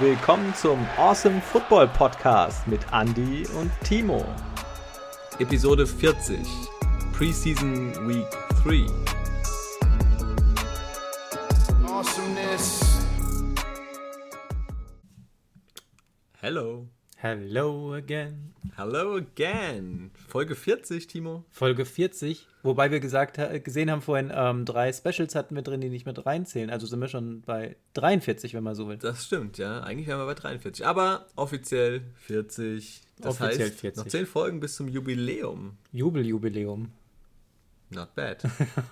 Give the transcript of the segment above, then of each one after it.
willkommen zum Awesome Football Podcast mit Andy und Timo. Episode 40, Preseason Week 3. Awesomeness. Hello. Hello again. Hello again. Folge 40, Timo. Folge 40, wobei wir gesehen haben vorhin, 3 Specials hatten wir drin, die nicht mit reinzählen. Also sind wir schon bei 43, wenn man so will. Das stimmt, ja. Eigentlich wären wir bei 43. Aber offiziell 40. Das offiziell heißt, 40. noch 10 Folgen bis zum Jubiläum. Jubiläum. Not bad.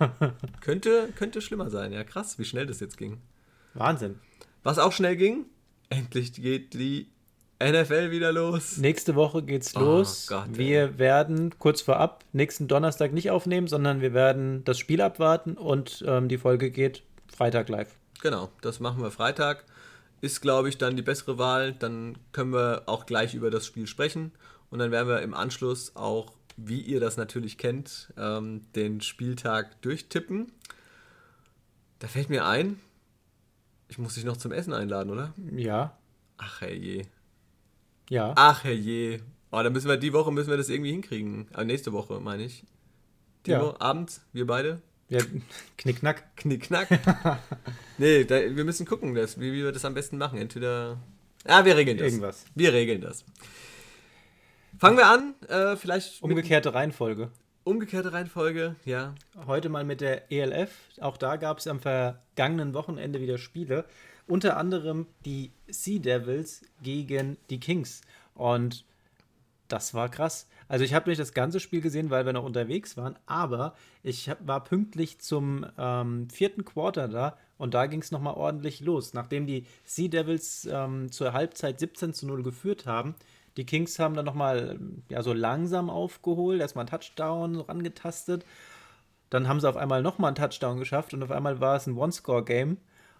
könnte schlimmer sein. Ja, krass, wie schnell das jetzt ging. Wahnsinn. Was auch schnell ging, endlich geht die NFL wieder los. Nächste Woche geht's los. Gott, wir werden kurz vorab nächsten Donnerstag nicht aufnehmen, sondern wir werden das Spiel abwarten und die Folge geht Freitag live. Genau, das machen wir Freitag. Ist, glaube ich, dann die bessere Wahl. Dann können wir auch gleich über das Spiel sprechen. Und dann werden wir im Anschluss auch, wie ihr das natürlich kennt, den Spieltag durchtippen. Da fällt mir ein, ich muss dich noch zum Essen einladen, oder? Ja. Ach herrje. Ja. Ach herrje. Oh, dann die Woche müssen wir das irgendwie hinkriegen. Nächste Woche, meine ich. Timo, Ja. abends, wir beide. Ja, Knickknack. Knickknack. Nee, wir müssen gucken, wie wir das am besten machen. Entweder... wir regeln das. Irgendwas. Wir regeln das. Fangen wir an, vielleicht... Umgekehrte Reihenfolge. Umgekehrte Reihenfolge, ja. Heute mal mit der ELF. Auch da gab es am vergangenen Wochenende wieder Spiele. Unter anderem die Sea Devils gegen die Kings. Und das war krass. Also ich habe nicht das ganze Spiel gesehen, weil wir noch unterwegs waren, aber ich war pünktlich zum 4. Quarter da und da ging es nochmal ordentlich los. Nachdem die Sea Devils zur Halbzeit 17-0 geführt haben, die Kings haben dann nochmal so langsam aufgeholt, erstmal einen Touchdown rangetastet. Dann haben sie auf einmal nochmal einen Touchdown geschafft und auf einmal war es ein One-Score-Game.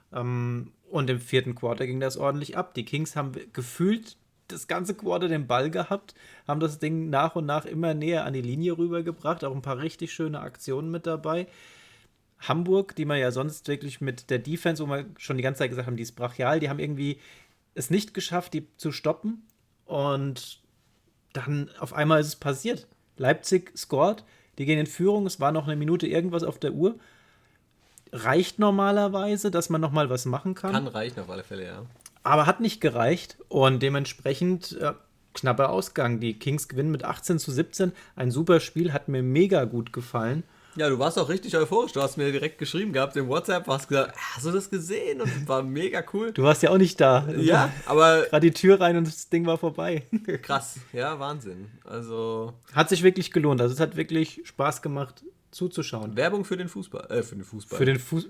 Und im 4. Quarter ging das ordentlich ab. Die Kings haben gefühlt das ganze Quarter den Ball gehabt, haben das Ding nach und nach immer näher an die Linie rübergebracht, auch ein paar richtig schöne Aktionen mit dabei. Hamburg, die man ja sonst wirklich mit der Defense, wo wir schon die ganze Zeit gesagt haben, die ist brachial, die haben irgendwie es nicht geschafft, die zu stoppen. Und dann auf einmal ist es passiert. Leipzig scored, die gehen in Führung, es war noch eine Minute irgendwas auf der Uhr. Reicht normalerweise, dass man nochmal was machen kann. Kann reichen auf alle Fälle, ja. Aber hat nicht gereicht und dementsprechend knapper Ausgang. Die Kings gewinnen mit 18-17. Ein super Spiel, hat mir mega gut gefallen. Ja, du warst auch richtig euphorisch. Du hast mir direkt geschrieben gehabt im WhatsApp, hast gesagt, hast du das gesehen? Und war mega cool. Du warst ja auch nicht da. Ja, aber... Gerade die Tür rein und das Ding war vorbei. Krass, ja, Wahnsinn. Also... Hat sich wirklich gelohnt. Also es hat wirklich Spaß gemacht zuzuschauen. Werbung für den Fußball. Für den Fußball.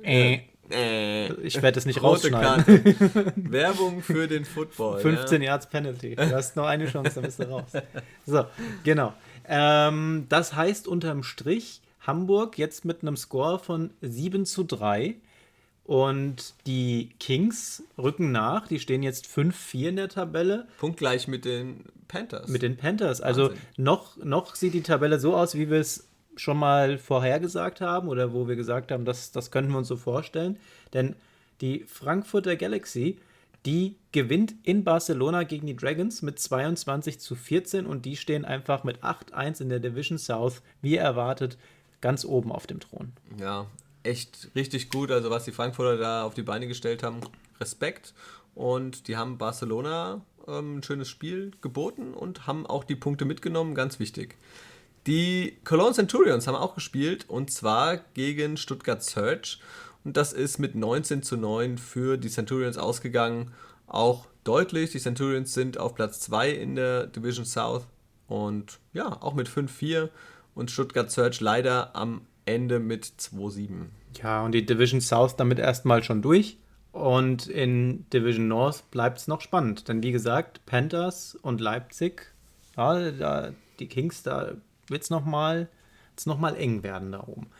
Ich werde das nicht rote rausschneiden. Karte. Werbung für den Football. 15 Yards Penalty. Du hast noch eine Chance, dann bist du raus. So, genau. Das heißt unterm Strich Hamburg jetzt mit einem Score von 7-3 und die Kings rücken nach. Die stehen jetzt 5-4 in der Tabelle. Punktgleich mit den Panthers. Mit den Panthers. Also noch sieht die Tabelle so aus, wie wir es schon mal vorhergesagt haben oder wo wir gesagt haben, das könnten wir uns so vorstellen. Denn die Frankfurter Galaxy, die gewinnt in Barcelona gegen die Dragons mit 22-14 und die stehen einfach mit 8-1 in der Division South, wie erwartet, ganz oben auf dem Thron. Ja, echt richtig gut. Also was die Frankfurter da auf die Beine gestellt haben, Respekt. Und die haben Barcelona ein schönes Spiel geboten und haben auch die Punkte mitgenommen, ganz wichtig. Die Cologne Centurions haben auch gespielt und zwar gegen Stuttgart Surge und das ist mit 19-9 für die Centurions ausgegangen. Auch deutlich, die Centurions sind auf Platz 2 in der Division South und ja, auch mit 5-4 und Stuttgart Surge leider am Ende mit 2-7. Ja, und die Division South damit erstmal schon durch und in Division North bleibt es noch spannend, denn wie gesagt, Panthers und Leipzig, ja, die Kings, da wird es nochmal eng werden da oben.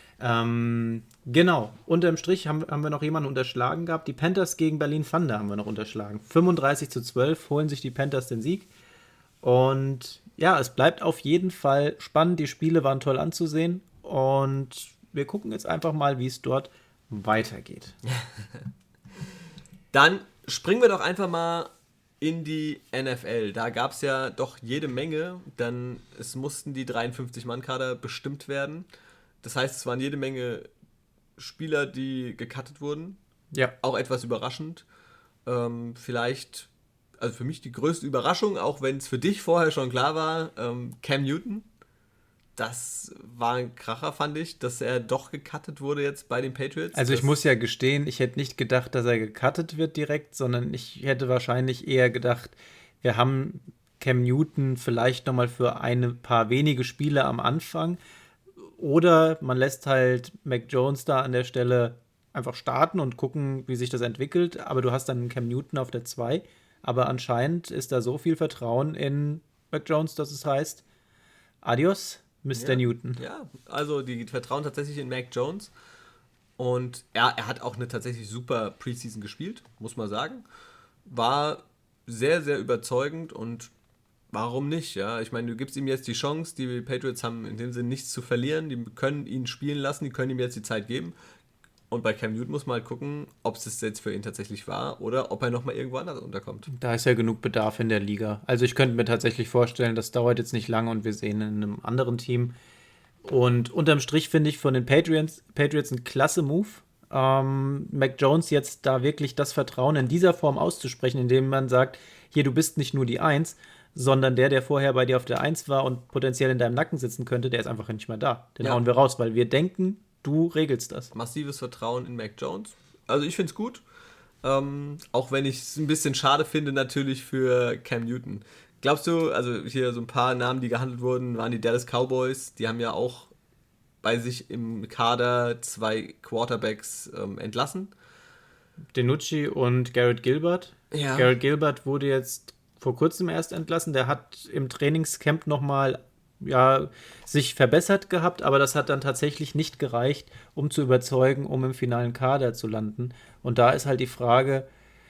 Genau, unterm Strich haben wir noch jemanden unterschlagen gehabt. Die Panthers gegen Berlin Thunder haben wir noch unterschlagen. 35-12 holen sich die Panthers den Sieg. Und ja, es bleibt auf jeden Fall spannend. Die Spiele waren toll anzusehen. Und wir gucken jetzt einfach mal, wie es dort weitergeht. Dann Springen wir doch einfach mal in die NFL. Da gab es ja doch jede Menge, es mussten die 53-Mann-Kader bestimmt werden. Das heißt, es waren jede Menge Spieler, die gecuttet wurden. Ja. Auch etwas überraschend. Vielleicht, also für mich die größte Überraschung, auch wenn es für dich vorher schon klar war, Cam Newton. Das war ein Kracher, fand ich, dass er doch gecuttet wurde jetzt bei den Patriots. Also ich muss ja gestehen, ich hätte nicht gedacht, dass er gecuttet wird direkt, sondern ich hätte wahrscheinlich eher gedacht, wir haben Cam Newton vielleicht nochmal für ein paar wenige Spiele am Anfang oder man lässt halt Mac Jones da an der Stelle einfach starten und gucken, wie sich das entwickelt, aber du hast dann Cam Newton auf der 2, aber anscheinend ist da so viel Vertrauen in Mac Jones, dass es heißt, adios, Mr. Newton. Ja, also die vertrauen tatsächlich in Mac Jones. Und er hat auch eine tatsächlich super Preseason gespielt, muss man sagen. War sehr, sehr überzeugend und warum nicht? Ja, ich meine, du gibst ihm jetzt die Chance, die Patriots haben in dem Sinne nichts zu verlieren, die können ihn spielen lassen, die können ihm jetzt die Zeit geben. Und bei Cam Newton muss man halt gucken, ob es jetzt für ihn tatsächlich war oder ob er nochmal irgendwo anders unterkommt. Da ist ja genug Bedarf in der Liga. Also ich könnte mir tatsächlich vorstellen, das dauert jetzt nicht lange und wir sehen in einem anderen Team. Und unterm Strich finde ich von den Patriots ein klasse Move. Mac Jones jetzt da wirklich das Vertrauen in dieser Form auszusprechen, indem man sagt, hier, du bist nicht nur die Eins, sondern der vorher bei dir auf der Eins war und potenziell in deinem Nacken sitzen könnte, der ist einfach nicht mehr da. Den hauen wir raus, weil wir denken, du regelst das. Massives Vertrauen in Mac Jones. Also ich finde es gut. Auch wenn ich es ein bisschen schade finde natürlich für Cam Newton. Glaubst du, also hier so ein paar Namen, die gehandelt wurden, waren die Dallas Cowboys. Die haben ja auch bei sich im Kader 2 Quarterbacks entlassen. DiNucci und Garrett Gilbert. Ja. Garrett Gilbert wurde jetzt vor kurzem erst entlassen. Der hat im Trainingscamp nochmal sich verbessert gehabt, aber das hat dann tatsächlich nicht gereicht, um zu überzeugen, um im finalen Kader zu landen. Und da ist halt die Frage,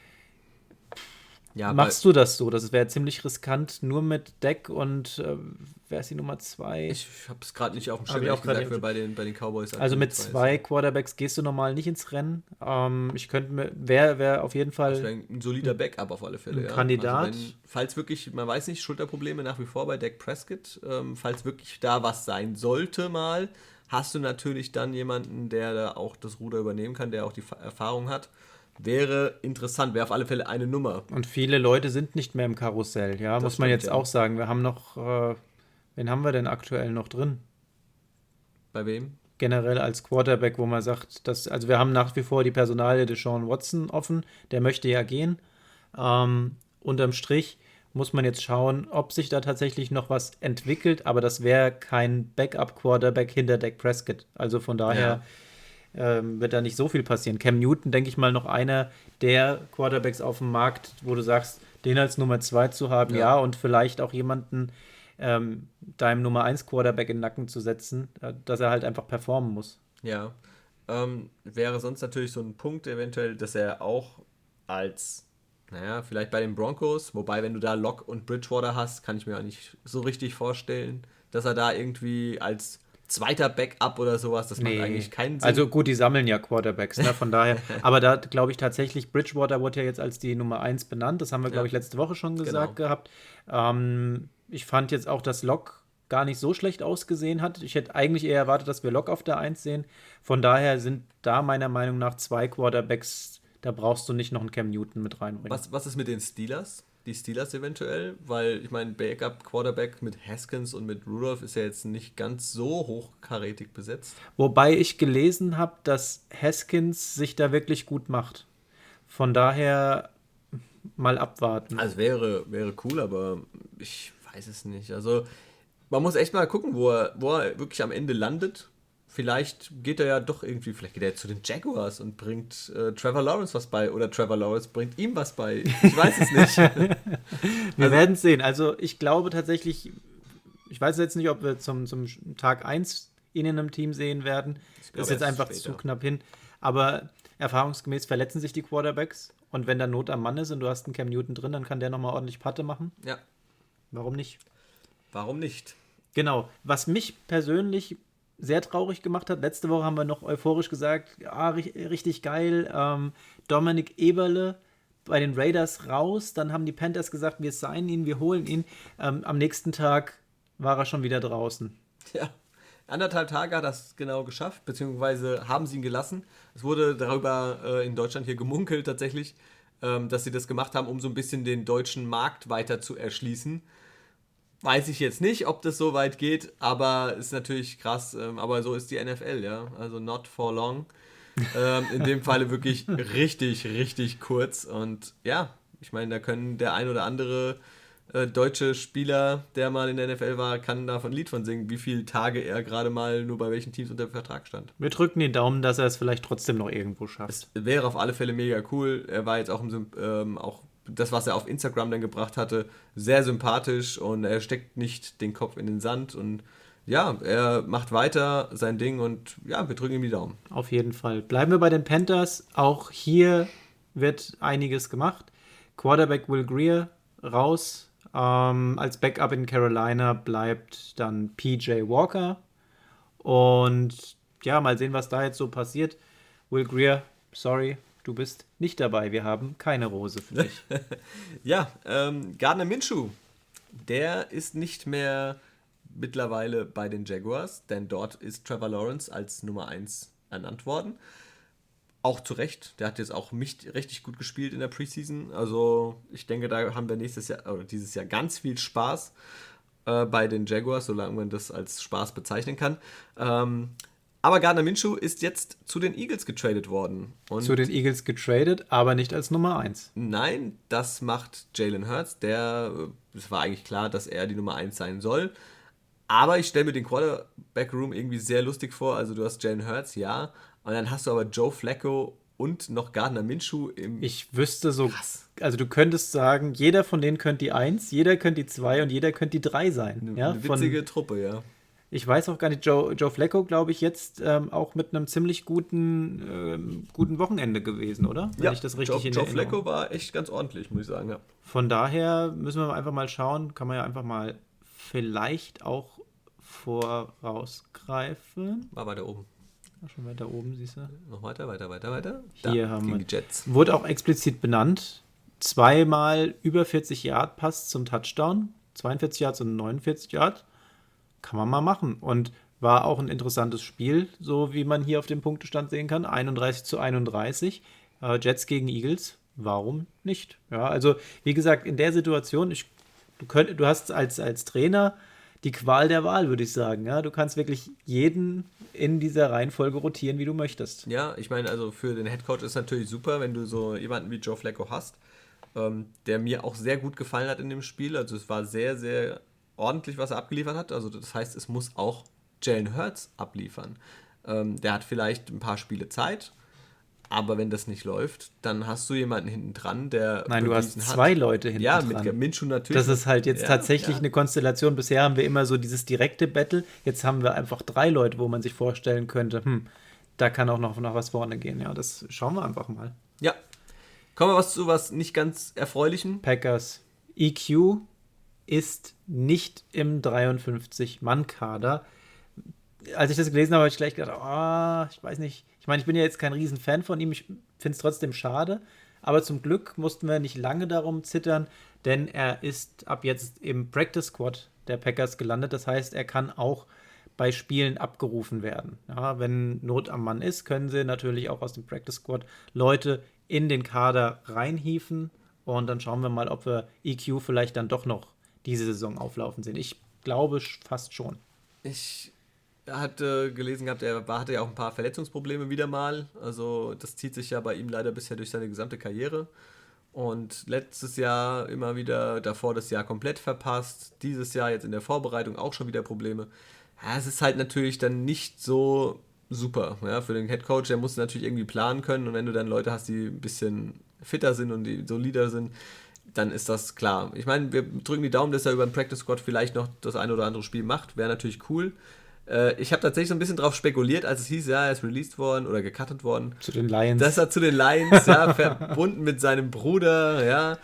machst du das so? Das wäre ziemlich riskant, nur mit Dak und wer ist die Nummer 2? Ich habe es gerade nicht auf dem Schirm, ehrlich gesagt, für bei den Cowboys. Also mit 2 Quarterbacks gehst du normal nicht ins Rennen. Ich könnte mir, wäre auf jeden Fall das wäre ein solider Backup auf alle Fälle. Ein Kandidat. Also falls wirklich, man weiß nicht, Schulterprobleme nach wie vor bei Dak Prescott, falls wirklich da was sein sollte mal, hast du natürlich dann jemanden, der da auch das Ruder übernehmen kann, der auch die Erfahrung hat. Wäre interessant, wäre auf alle Fälle eine Nummer. Und viele Leute sind nicht mehr im Karussell, ja, das muss man jetzt auch sagen. Wir haben noch, wen haben wir denn aktuell noch drin? Bei wem? Generell als Quarterback, wo man sagt, also wir haben nach wie vor die Personalie Deshaun Watson offen, der möchte ja gehen. Unterm Strich muss man jetzt schauen, ob sich da tatsächlich noch was entwickelt, aber das wäre kein Backup-Quarterback hinter Dak Prescott. Also von daher wird da nicht so viel passieren. Cam Newton, denke ich mal, noch einer der Quarterbacks auf dem Markt, wo du sagst, den als Nummer 2 zu haben, und vielleicht auch jemanden deinem Nummer 1 Quarterback in den Nacken zu setzen, dass er halt einfach performen muss. Ja, wäre sonst natürlich so ein Punkt eventuell, dass er auch als, vielleicht bei den Broncos, wobei wenn du da Locke und Bridgewater hast, kann ich mir auch nicht so richtig vorstellen, dass er da irgendwie als zweiter Backup oder sowas, das macht eigentlich keinen Sinn. Also gut, die sammeln ja Quarterbacks, ne, von daher. Aber da glaube ich tatsächlich, Bridgewater wurde ja jetzt als die Nummer 1 benannt. Das haben wir, glaube ich, letzte Woche schon gesagt gehabt. Ich fand jetzt auch, dass Locke gar nicht so schlecht ausgesehen hat. Ich hätte eigentlich eher erwartet, dass wir Locke auf der 1 sehen. Von daher sind da meiner Meinung nach 2 Quarterbacks, da brauchst du nicht noch einen Cam Newton mit reinbringen. Was ist mit den Steelers? Die Steelers eventuell, weil ich meine, Backup-Quarterback mit Haskins und mit Rudolph ist ja jetzt nicht ganz so hochkarätig besetzt. Wobei ich gelesen habe, dass Haskins sich da wirklich gut macht. Von daher mal abwarten. Also wäre cool, aber ich weiß es nicht. Also man muss echt mal gucken, wo er wirklich am Ende landet. Vielleicht geht er ja doch irgendwie, vielleicht geht er zu den Jaguars und bringt Trevor Lawrence was bei oder Trevor Lawrence bringt ihm was bei. Ich weiß es nicht. Wir werden es sehen. Also ich glaube tatsächlich, ich weiß jetzt nicht, ob wir zum Tag 1 ihn in einem Team sehen werden. Das ist jetzt einfach zu knapp hin. Aber erfahrungsgemäß verletzen sich die Quarterbacks und wenn da Not am Mann ist und du hast einen Cam Newton drin, dann kann der nochmal ordentlich Patte machen. Ja. Warum nicht? Warum nicht? Genau. Was mich persönlich sehr traurig gemacht hat. Letzte Woche haben wir noch euphorisch gesagt, richtig geil. Dominik Eberle bei den Raiders raus, dann haben die Panthers gesagt, wir signen ihn, wir holen ihn. Am nächsten Tag war er schon wieder draußen. Ja, 1,5 Tage hat er es genau geschafft, beziehungsweise haben sie ihn gelassen. Es wurde darüber in Deutschland hier gemunkelt tatsächlich, dass sie das gemacht haben, um so ein bisschen den deutschen Markt weiter zu erschließen. Weiß ich jetzt nicht, ob das so weit geht, aber ist natürlich krass. Aber so ist die NFL, ja. Also not for long. In dem Falle wirklich richtig, richtig kurz. Und ja, ich meine, da können der ein oder andere deutsche Spieler, der mal in der NFL war, kann davon ein Lied von singen, wie viele Tage er gerade mal nur bei welchen Teams unter Vertrag stand. Wir drücken den Daumen, dass er es vielleicht trotzdem noch irgendwo schafft. Es wäre auf alle Fälle mega cool. Er war jetzt auch, auch das, was er auf Instagram dann gebracht hatte, sehr sympathisch und er steckt nicht den Kopf in den Sand und ja, er macht weiter sein Ding und ja, wir drücken ihm die Daumen. Auf jeden Fall. Bleiben wir bei den Panthers. Auch hier wird einiges gemacht. Quarterback Will Grier raus. Als Backup in Carolina bleibt dann PJ Walker. Und ja, mal sehen, was da jetzt so passiert. Will Grier, sorry, du bist nicht dabei. Wir haben keine Rose für dich. Ja, Gardner Minshew, der ist nicht mehr mittlerweile bei den Jaguars, denn dort ist Trevor Lawrence als Nummer 1 ernannt worden. Auch zu Recht, der hat jetzt auch richtig gut gespielt in der Preseason. Also ich denke, da haben wir dieses Jahr ganz viel Spaß bei den Jaguars, solange man das als Spaß bezeichnen kann. Aber Gardner Minshew ist jetzt zu den Eagles getradet worden. Und zu den Eagles getradet, aber nicht als Nummer 1. Nein, das macht Jalen Hurts. Es war eigentlich klar, dass er die Nummer 1 sein soll. Aber ich stelle mir den Quarterback-Room irgendwie sehr lustig vor. Also du hast Jalen Hurts, ja. Und dann hast du aber Joe Flacco und noch Gardner Minshew im... Ich wüsste so... Krass. Also du könntest sagen, jeder von denen könnte die 1, jeder könnte die 2 und jeder könnte die 3 sein. Eine witzige Truppe, ja. Ich weiß auch gar nicht, Joe Flacco, glaube ich, jetzt auch mit einem ziemlich guten Wochenende gewesen, oder? Wenn ich das richtig Joe Flacco war echt ganz ordentlich, muss ich sagen, ja. Von daher müssen wir einfach mal schauen, kann man ja einfach mal vielleicht auch vorausgreifen. War weiter oben. Schon weiter oben, siehst du? Noch weiter. Hier haben wir die Jets. Wurde auch explizit benannt. 2-mal über 40 Yard Pass zum Touchdown. 42 Yards und 49 Yards. Kann man mal machen. Und war auch ein interessantes Spiel, so wie man hier auf dem Punktestand sehen kann. 31-31. Jets gegen Eagles. Warum nicht? Ja, also wie gesagt, in der Situation, du hast als Trainer die Qual der Wahl, würde ich sagen. Ja, du kannst wirklich jeden in dieser Reihenfolge rotieren, wie du möchtest. Ja, ich meine, also für den Headcoach ist natürlich super, wenn du so jemanden wie Joe Flacco hast, der mir auch sehr gut gefallen hat in dem Spiel. Also es war sehr, sehr ordentlich, was er abgeliefert hat. Also das heißt, es muss auch Jalen Hurts abliefern. Der hat vielleicht ein paar Spiele Zeit, aber wenn das nicht läuft, dann hast du jemanden hinten dran, der... Nein, du hast 2 Leute hinten dran. Ja, mit Minshew natürlich. Das ist halt jetzt tatsächlich eine Konstellation. Bisher haben wir immer so dieses direkte Battle. Jetzt haben wir einfach 3 Leute, wo man sich vorstellen könnte, da kann auch noch was vorne gehen. Ja, das schauen wir einfach mal. Ja. Kommen wir zu was nicht ganz Erfreulichen. Packers. EQ ist nicht im 53-Mann-Kader. Als ich das gelesen habe, habe ich gleich gedacht, ich weiß nicht. Ich meine, ich bin ja jetzt kein Riesenfan von ihm. Ich finde es trotzdem schade. Aber zum Glück mussten wir nicht lange darum zittern, denn er ist ab jetzt im Practice Squad der Packers gelandet. Das heißt, er kann auch bei Spielen abgerufen werden. Ja, wenn Not am Mann ist, können sie natürlich auch aus dem Practice Squad Leute in den Kader reinhieven. Und dann schauen wir mal, ob wir EQ vielleicht dann doch noch diese Saison auflaufen sehen. Ich glaube fast schon. Ich hatte gelesen gehabt, er hatte ja auch ein paar Verletzungsprobleme wieder mal. Also das zieht sich ja bei ihm leider bisher durch seine gesamte Karriere. Und letztes Jahr immer wieder, davor das Jahr komplett verpasst. Dieses Jahr jetzt in der Vorbereitung auch schon wieder Probleme. Ja, es ist halt natürlich dann nicht so super, ja, für den Headcoach. Der muss natürlich irgendwie planen können. Und wenn du dann Leute hast, die ein bisschen fitter sind und die solider sind, dann ist das klar. Ich meine, wir drücken die Daumen, dass er über den Practice Squad vielleicht noch das ein oder andere Spiel macht. Wäre natürlich cool. Ich habe tatsächlich so ein bisschen drauf spekuliert, als es hieß, ja, er ist released worden oder gecuttet worden. Zu den Lions. Dass er zu den Lions, ja, verbunden mit seinem Bruder, ja.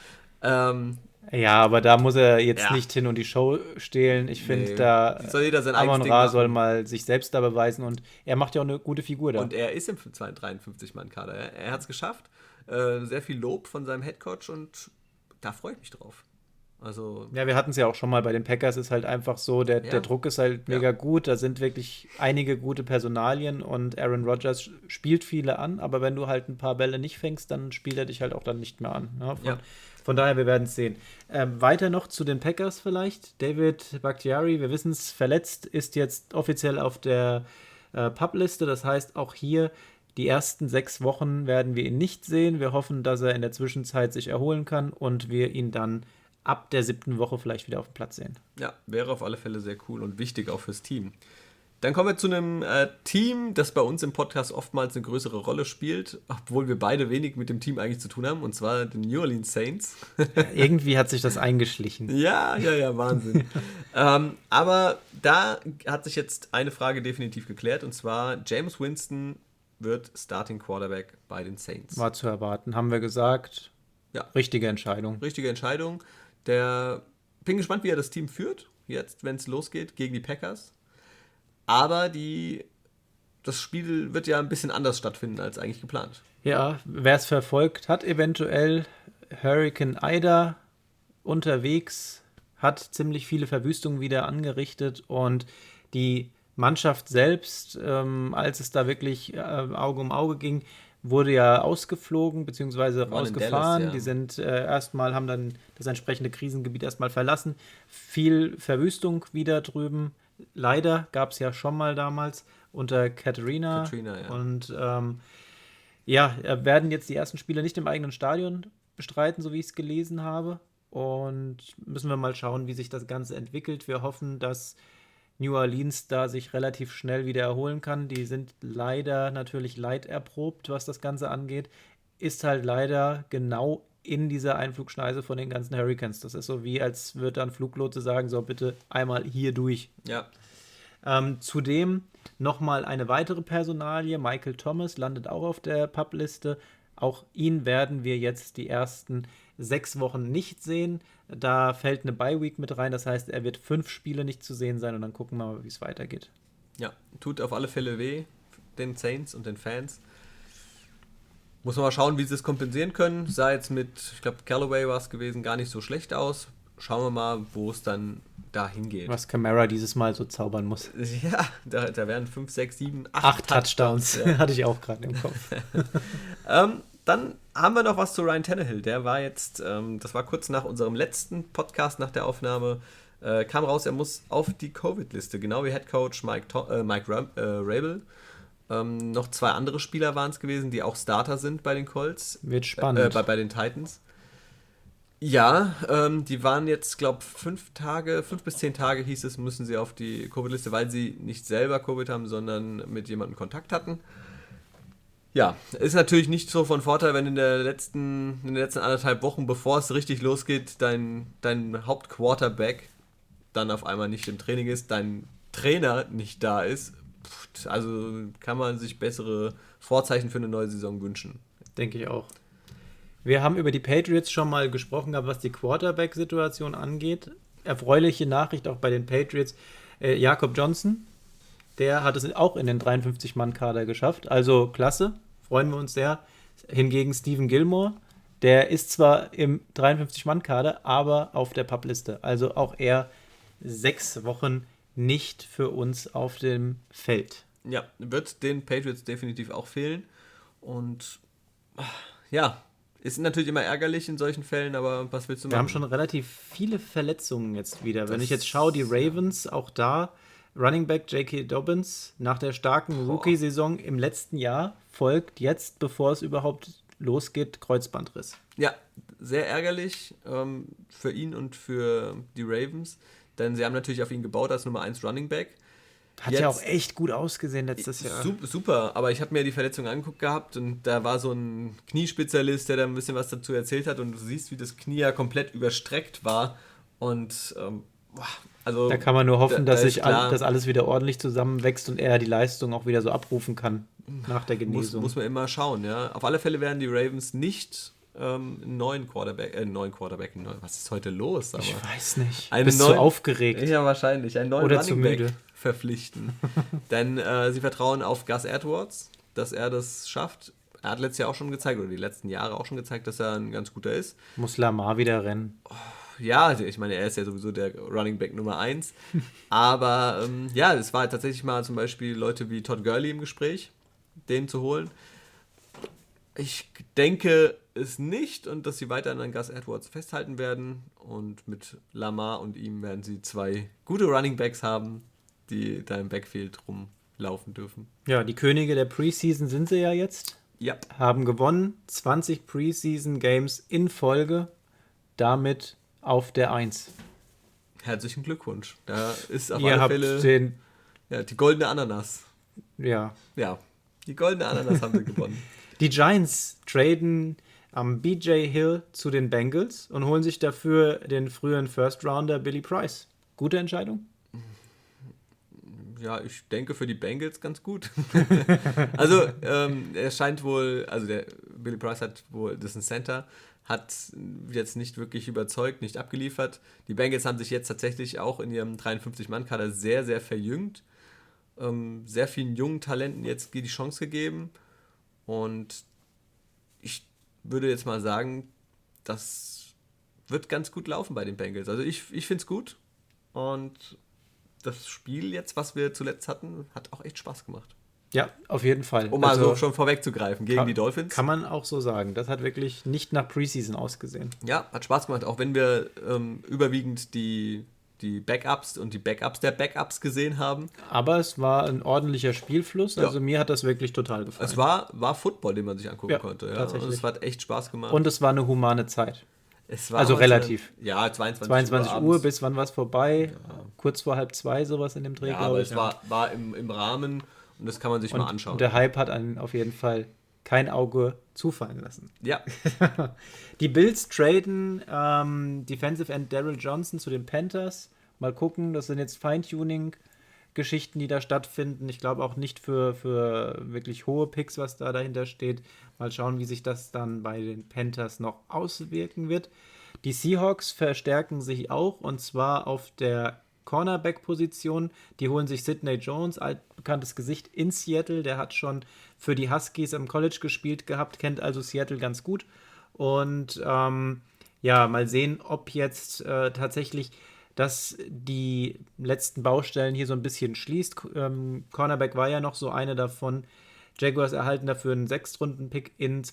Ja, aber da muss er jetzt nicht hin und die Show stehlen. Ich finde, da soll jeder sein Amon-Ra soll mal sich selbst da beweisen und er macht ja auch eine gute Figur da. Und er ist im 53-Mann-Kader. Er hat es geschafft. sehr viel Lob von seinem Headcoach und da freue ich mich drauf. Also, Ja, wir hatten es ja auch schon mal bei den Packers, ist halt einfach so, der ja, Druck ist halt ja, mega gut, da sind wirklich einige gute Personalien und Aaron Rodgers spielt viele an, aber wenn du halt ein paar Bälle nicht fängst, dann spielt er dich halt auch dann nicht mehr an. Ne? ja. Von daher, wir werden es sehen. Weiter noch zu den Packers vielleicht. David Bakhtiari, wir wissen es, verletzt, ist jetzt offiziell auf der PUP-Liste, das heißt auch hier die ersten 6 Wochen werden wir ihn nicht sehen. Wir hoffen, dass er in der Zwischenzeit sich erholen kann und wir ihn dann ab der 7. Woche vielleicht wieder auf dem Platz sehen. Ja, wäre auf alle Fälle sehr cool und wichtig auch fürs Team. Dann kommen wir zu einem Team, das bei uns im Podcast oftmals eine größere Rolle spielt, obwohl wir beide wenig mit dem Team eigentlich zu tun haben, und zwar den New Orleans Saints. Irgendwie hat sich das eingeschlichen. Ja, Wahnsinn. Aber da hat sich jetzt eine Frage definitiv geklärt, und zwar Jameis Winston wird Starting Quarterback bei den Saints. War zu erwarten, haben wir gesagt. Ja. Richtige Entscheidung. Richtige Entscheidung. Bin gespannt, wie er das Team führt, jetzt, wenn es losgeht, gegen die Packers. Aber das Spiel wird ja ein bisschen anders stattfinden, als eigentlich geplant. Ja, wer es verfolgt, hat eventuell Hurricane Ida unterwegs, hat ziemlich viele Verwüstungen wieder angerichtet und die Mannschaft selbst, als es da wirklich Auge um Auge ging, wurde ja ausgeflogen bzw. rausgefahren. Dallas, ja. Die sind haben dann das entsprechende Krisengebiet erstmal verlassen. Viel Verwüstung wieder drüben. Leider gab es ja schon mal damals unter Katrina. Ja. Und werden jetzt die ersten Spiele nicht im eigenen Stadion bestreiten, so wie ich es gelesen habe. Und müssen wir mal schauen, wie sich das Ganze entwickelt. Wir hoffen, dass New Orleans da sich relativ schnell wieder erholen kann. Die sind leider natürlich leiderprobt, was das Ganze angeht. Ist halt leider genau in dieser Einflugschneise von den ganzen Hurricanes. Das ist so wie, als würde dann Fluglotse sagen, so bitte einmal hier durch. Ja. Zudem nochmal eine weitere Personalie. Michael Thomas landet auch auf der PUP-Liste. Auch ihn werden wir jetzt die ersten 6 Wochen nicht sehen. Da fällt eine Bye-Week mit rein. Das heißt, er wird 5 Spiele nicht zu sehen sein und dann gucken wir mal, wie es weitergeht. Ja, tut auf alle Fälle weh, den Saints und den Fans. Muss man mal schauen, wie sie es kompensieren können. Sah jetzt mit, ich glaube, Callaway war es gewesen, gar nicht so schlecht aus. Schauen wir mal, wo es dann dahin geht. Was Kamara dieses Mal so zaubern muss. Ja, da werden 5, 6, 7, 8 Touchdowns. Ja. Hatte ich auch gerade im Kopf. Dann haben wir noch was zu Ryan Tannehill. Der war jetzt, das war kurz nach unserem letzten Podcast, nach der Aufnahme, kam raus, er muss auf die Covid-Liste, genau wie Headcoach Mike Rabel. Noch 2 andere Spieler waren es gewesen, die auch Starter sind bei den Colts. Wird spannend. Bei den Titans. Ja, die waren jetzt, glaube ich, 5 bis 10 Tage hieß es, müssen sie auf die Covid-Liste, weil sie nicht selber Covid haben, sondern mit jemandem Kontakt hatten. Ja, ist natürlich nicht so von Vorteil, wenn in den letzten 1,5 Wochen, bevor es richtig losgeht, dein Hauptquarterback dann auf einmal nicht im Training ist, dein Trainer nicht da ist. Also kann man sich bessere Vorzeichen für eine neue Saison wünschen. Denke ich auch. Wir haben über die Patriots schon mal gesprochen, was die Quarterback-Situation angeht. Erfreuliche Nachricht auch bei den Patriots. Jakob Johnson, der hat es auch in den 53-Mann-Kader geschafft. Also klasse, freuen wir uns sehr. Hingegen Stephen Gilmore, der ist zwar im 53-Mann-Kader, aber auf der PUP-Liste. Also auch er 6 Wochen nicht für uns auf dem Feld. Ja, wird den Patriots definitiv auch fehlen. Und ja, ist natürlich immer ärgerlich in solchen Fällen, aber was willst du machen? Wir haben schon relativ viele Verletzungen jetzt wieder. Wenn ich jetzt schaue, die Ravens, auch da, Running Back J.K. Dobbins nach der starken Rookie-Saison im letzten Jahr folgt jetzt, bevor es überhaupt losgeht, Kreuzbandriss. Ja, sehr ärgerlich für ihn und für die Ravens, denn sie haben natürlich auf ihn gebaut als Nummer 1 Running Back. Hat ja auch echt gut ausgesehen letztes Jahr. Super, aber ich habe mir die Verletzung angeguckt gehabt und da war so ein Kniespezialist, der da ein bisschen was dazu erzählt hat und du siehst, wie das Knie ja komplett überstreckt war und also da kann man nur hoffen, dass das alles wieder ordentlich zusammenwächst und er die Leistung auch wieder so abrufen kann nach der Genesung. Muss man immer schauen, ja. Auf alle Fälle werden die Ravens nicht einen neuen Quarterback, was ist heute los? Aber ich weiß nicht. Bist du aufgeregt? Ja, wahrscheinlich. Einen neuen Oder Running zu müde. Back verpflichten. Denn sie vertrauen auf Gus Edwards, dass er das schafft. er hat letztes Jahr auch schon gezeigt, oder die letzten Jahre auch schon gezeigt, dass er ein ganz guter ist. Muss Lamar wieder rennen. Ja, ich meine, er ist ja sowieso der Running Back Nummer 1. Aber ja, es war tatsächlich mal zum Beispiel Leute wie Todd Gurley im Gespräch, den zu holen. Ich denke es nicht und dass sie weiterhin an Gus Edwards festhalten werden. Und mit Lamar und ihm werden sie 2 gute Running Backs haben, die da im Backfield rumlaufen dürfen. Ja, die Könige der Preseason sind sie ja jetzt. Ja. Haben gewonnen, 20 Preseason Games in Folge, damit auf der 1. Herzlichen Glückwunsch. Da ist auf Ihr alle habt Fälle die goldene Ananas. Ja, Die goldene Ananas haben sie gewonnen. die Giants traden BJ Hill zu den Bengals und holen sich dafür den früheren First-Rounder Billy Price. Gute Entscheidung? Ja, ich denke für die Bengals ganz gut. Also, er scheint wohl, also der Billy Price hat wohl, das ist ein Center, hat jetzt nicht wirklich überzeugt, nicht abgeliefert. Die Bengals haben sich jetzt tatsächlich auch in ihrem 53-Mann-Kader sehr, sehr verjüngt. Sehr vielen jungen Talenten jetzt die Chance gegeben. Und ich würde jetzt mal sagen, das wird ganz gut laufen bei den Bengals. Also ich finde es gut. Und das Spiel jetzt, was wir zuletzt hatten, hat auch echt Spaß gemacht. Ja, auf jeden Fall. Um mal so schon vorwegzugreifen, gegen die Dolphins. Kann man auch so sagen. Das hat wirklich nicht nach Preseason ausgesehen. Ja, hat Spaß gemacht, auch wenn wir überwiegend die Backups und die Backups der Backups gesehen haben. Aber es war ein ordentlicher Spielfluss, also mir hat das wirklich total gefallen. Es war Football, den man sich angucken konnte. Ja. Tatsächlich. Und es hat echt Spaß gemacht. Und es war eine humane Zeit. Es war also relativ. Ja, 22 Uhr, bis wann war es vorbei? Ja. Kurz vor 1:30 sowas in dem Dreh, glaube ich. Ja, aber es war im Rahmen und das kann man sich mal anschauen. Und der Hype hat einen auf jeden Fall kein Auge zufallen lassen. Ja. Die Bills traden Defensive End Daryl Johnson zu den Panthers. Mal gucken, das sind jetzt Feintuning-Geschichten, die da stattfinden. Ich glaube auch nicht für wirklich hohe Picks, was da dahinter steht. Mal schauen, wie sich das dann bei den Panthers noch auswirken wird. Die Seahawks verstärken sich auch, und zwar auf der Cornerback-Position. Die holen sich Sidney Jones, altbekanntes Gesicht in Seattle. Der hat schon für die Huskies am College gespielt gehabt, kennt also Seattle ganz gut. Und mal sehen, ob jetzt tatsächlich dass die letzten Baustellen hier so ein bisschen schließt. Cornerback war ja noch so eine davon. Jaguars erhalten dafür einen 6-Runden-Pick in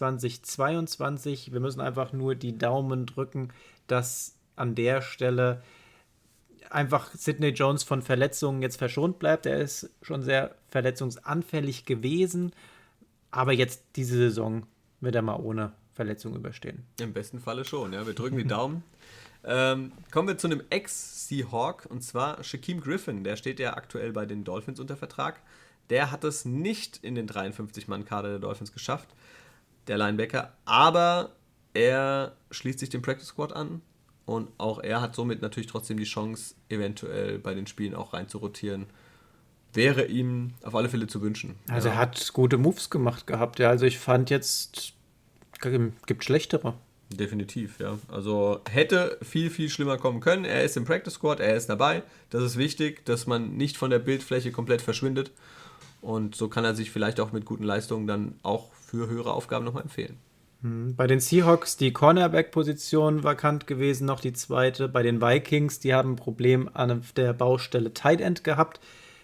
2022. Wir müssen einfach nur die Daumen drücken, dass an der Stelle einfach Sidney Jones von Verletzungen jetzt verschont bleibt. Er ist schon sehr verletzungsanfällig gewesen, aber jetzt diese Saison wird er mal ohne Verletzung überstehen. Im besten Falle schon, ja. Wir drücken die Daumen. Kommen wir zu einem Ex-Seahawk, und zwar Shaquem Griffin. Der steht ja aktuell bei den Dolphins unter Vertrag. Der hat es nicht in den 53-Mann-Kader der Dolphins geschafft, der Linebacker, aber er schließt sich dem Practice Squad an und auch er hat somit natürlich trotzdem die Chance, eventuell bei den Spielen auch rein zu rotieren. Wäre ihm auf alle Fälle zu wünschen. Also er hat gute Moves gemacht gehabt, ja. Also ich fand jetzt, gibt schlechtere. Definitiv, ja. Also hätte viel, viel schlimmer kommen können. Er ist im Practice Squad, er ist dabei. Das ist wichtig, dass man nicht von der Bildfläche komplett verschwindet. Und so kann er sich vielleicht auch mit guten Leistungen dann auch für höhere Aufgaben nochmal empfehlen. Bei den Seahawks die Cornerback-Position vakant gewesen, noch die zweite. Bei den Vikings, die haben ein Problem an der Baustelle Tight End gehabt,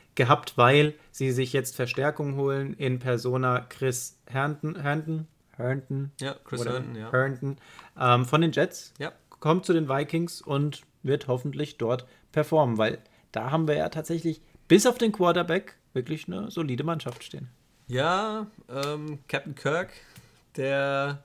weil sie sich jetzt Verstärkung holen in Persona Chris Herndon. Ja, Chris Herndon, ja. Herndon, von den Jets, kommt zu den Vikings und wird hoffentlich dort performen, weil da haben wir ja tatsächlich bis auf den Quarterback wirklich eine solide Mannschaft stehen. Ja, Captain Kirk, er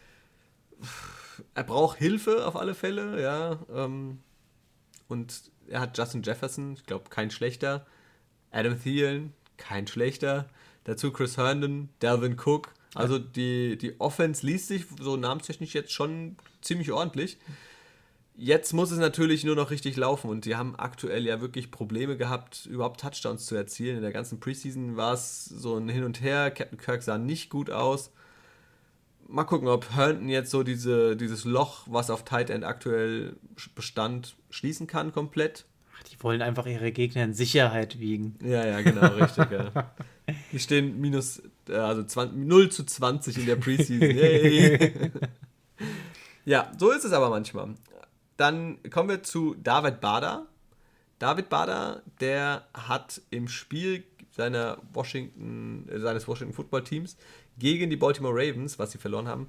braucht Hilfe auf alle Fälle, ja. Und er hat Justin Jefferson, ich glaube kein schlechter. Adam Thielen, kein schlechter. Dazu Chris Herndon, Dalvin Cook. Also die Offense liest sich so namenstechnisch jetzt schon ziemlich ordentlich. Jetzt muss es natürlich nur noch richtig laufen und die haben aktuell ja wirklich Probleme gehabt, überhaupt Touchdowns zu erzielen. In der ganzen Preseason war es so ein Hin und Her. Captain Kirk sah nicht gut aus. Mal gucken, ob Herndon jetzt so dieses Loch, was auf Tight End aktuell bestand, schließen kann komplett. Die wollen einfach ihre Gegner in Sicherheit wiegen. Ja, genau, richtig. Ja. Die stehen Also 0-20 in der Preseason. Yay. Ja, so ist es aber manchmal. Dann kommen wir zu David Bader. David Bader, der hat im Spiel seines Washington Football Teams gegen die Baltimore Ravens, was sie verloren haben,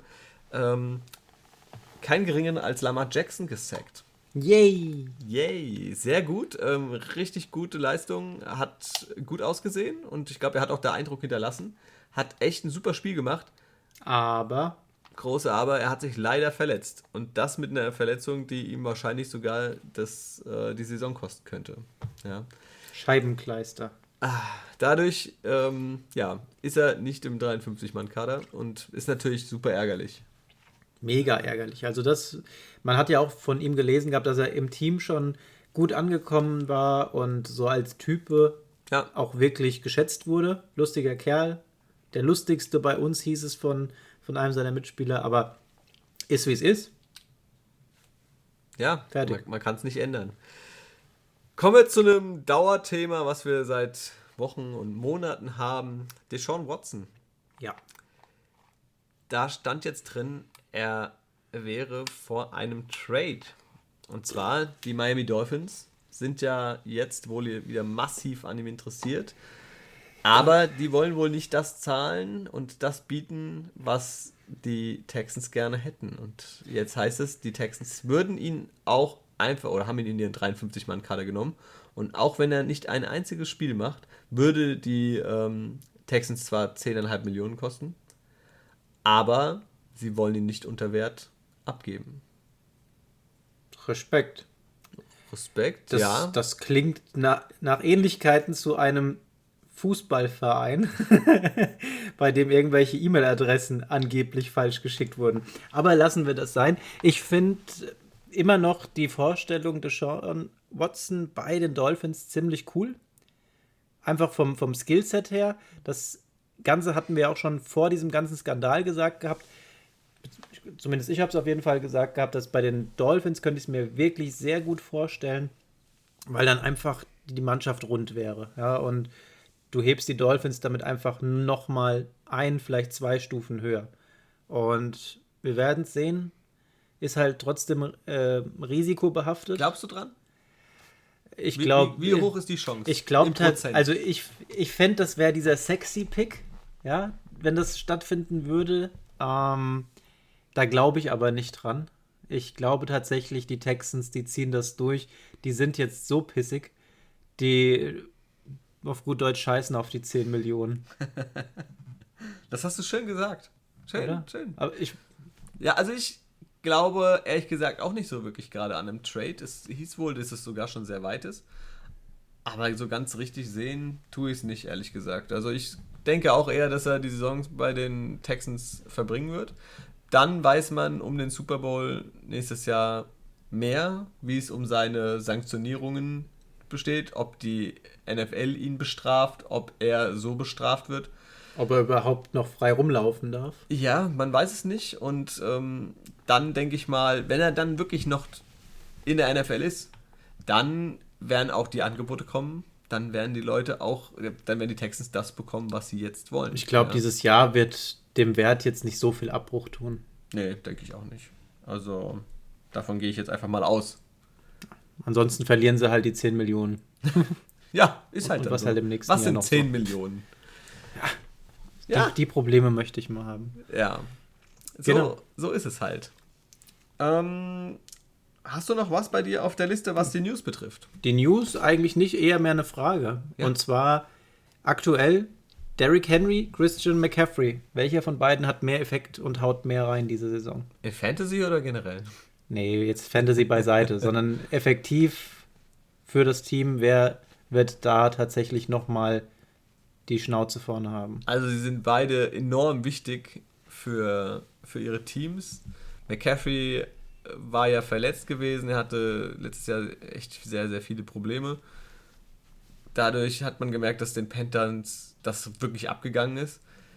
keinen geringeren als Lamar Jackson gesackt. Yay! Yay, sehr gut. Richtig gute Leistung, hat gut ausgesehen und ich glaube, er hat auch der Eindruck hinterlassen. Hat echt ein super Spiel gemacht. Aber Er hat sich leider verletzt. Und das mit einer Verletzung, die ihm wahrscheinlich sogar die Saison kosten könnte. Ja. Scheibenkleister. Dadurch ist er nicht im 53-Mann-Kader und ist natürlich super ärgerlich. Mega ärgerlich. Also man hat ja auch von ihm gelesen gehabt, dass er im Team schon gut angekommen war und so als Type auch wirklich geschätzt wurde. Lustiger Kerl. Der lustigste bei uns, hieß es von einem seiner Mitspieler, aber ist wie es ist. Ja, fertig. Man kann es nicht ändern. Kommen wir zu einem Dauerthema, was wir seit Wochen und Monaten haben. Deshaun Watson. Ja. Da stand jetzt drin, er wäre vor einem Trade. Und zwar, die Miami Dolphins sind ja jetzt wohl wieder massiv an ihm interessiert. Aber die wollen wohl nicht das zahlen und das bieten, was die Texans gerne hätten. Und jetzt heißt es, die Texans würden ihn auch einfach, oder haben ihn in ihren 53-Mann-Kader genommen. Und auch wenn er nicht ein einziges Spiel macht, würde die Texans zwar 10,5 Millionen kosten, aber sie wollen ihn nicht unter Wert abgeben. Respekt. Ja. Das klingt nach Ähnlichkeiten zu einem Fußballverein, bei dem irgendwelche E-Mail-Adressen angeblich falsch geschickt wurden. Aber lassen wir das sein. Ich finde immer noch die Vorstellung Deshaun Watson bei den Dolphins ziemlich cool. Einfach vom Skillset her. Das Ganze hatten wir auch schon vor diesem ganzen Skandal gesagt gehabt. Zumindest ich habe es auf jeden Fall gesagt gehabt, dass bei den Dolphins könnte ich es mir wirklich sehr gut vorstellen, weil dann einfach die Mannschaft rund wäre. Ja, und du hebst die Dolphins damit einfach nochmal vielleicht 2 Stufen höher. Und wir werden es sehen. Ist halt trotzdem risikobehaftet. Glaubst du dran? Ich glaube. Wie hoch ist die Chance? Ich glaube tatsächlich. Also ich fände, das wäre dieser sexy Pick, ja, wenn das stattfinden würde. Da glaube ich aber nicht dran. Ich glaube tatsächlich, die Texans, die ziehen das durch. Die sind jetzt so pissig. Die auf gut Deutsch scheißen auf die 10 Millionen. Das hast du schön gesagt. Schön. Aber ich glaube, ehrlich gesagt, auch nicht so wirklich gerade an einem Trade. Es hieß wohl, dass es sogar schon sehr weit ist. Aber so ganz richtig sehen tue ich es nicht, ehrlich gesagt. Also ich denke auch eher, dass er die Saison bei den Texans verbringen wird. Dann weiß man um den Super Bowl nächstes Jahr mehr, wie es um seine Sanktionierungen besteht, ob die NFL ihn bestraft, ob er so bestraft wird. Ob er überhaupt noch frei rumlaufen darf. Ja, man weiß es nicht. Und dann denke ich mal, wenn er dann wirklich noch in der NFL ist, dann werden auch die Angebote kommen. Dann werden die Texans das bekommen, was sie jetzt wollen. Ich glaube, dieses Jahr wird dem Wert jetzt nicht so viel Abbruch tun. Nee, denke ich auch nicht. Also, davon gehe ich jetzt einfach mal aus. Ansonsten verlieren sie halt die 10 Millionen. Ja, ist halt und was so. halt im nächsten Jahr Was sind noch 10 Millionen? Ja. Die Probleme möchte ich mal haben. Ja. So ist es halt. Hast du noch was bei dir auf der Liste, was die News betrifft? Die News eigentlich nicht, eher mehr eine Frage. Ja. Und zwar aktuell Derrick Henry, Christian McCaffrey. Welcher von beiden hat mehr Effekt und haut mehr rein diese Saison? In Fantasy oder generell? Nee, jetzt Fantasy beiseite, sondern effektiv für das Team, wer wird da tatsächlich nochmal die Schnauze vorne haben? Also sie sind beide enorm wichtig für ihre Teams. McCaffrey war ja verletzt gewesen, er hatte letztes Jahr echt sehr, sehr viele Probleme. Dadurch hat man gemerkt, dass den Panthers das wirklich abgegangen ist.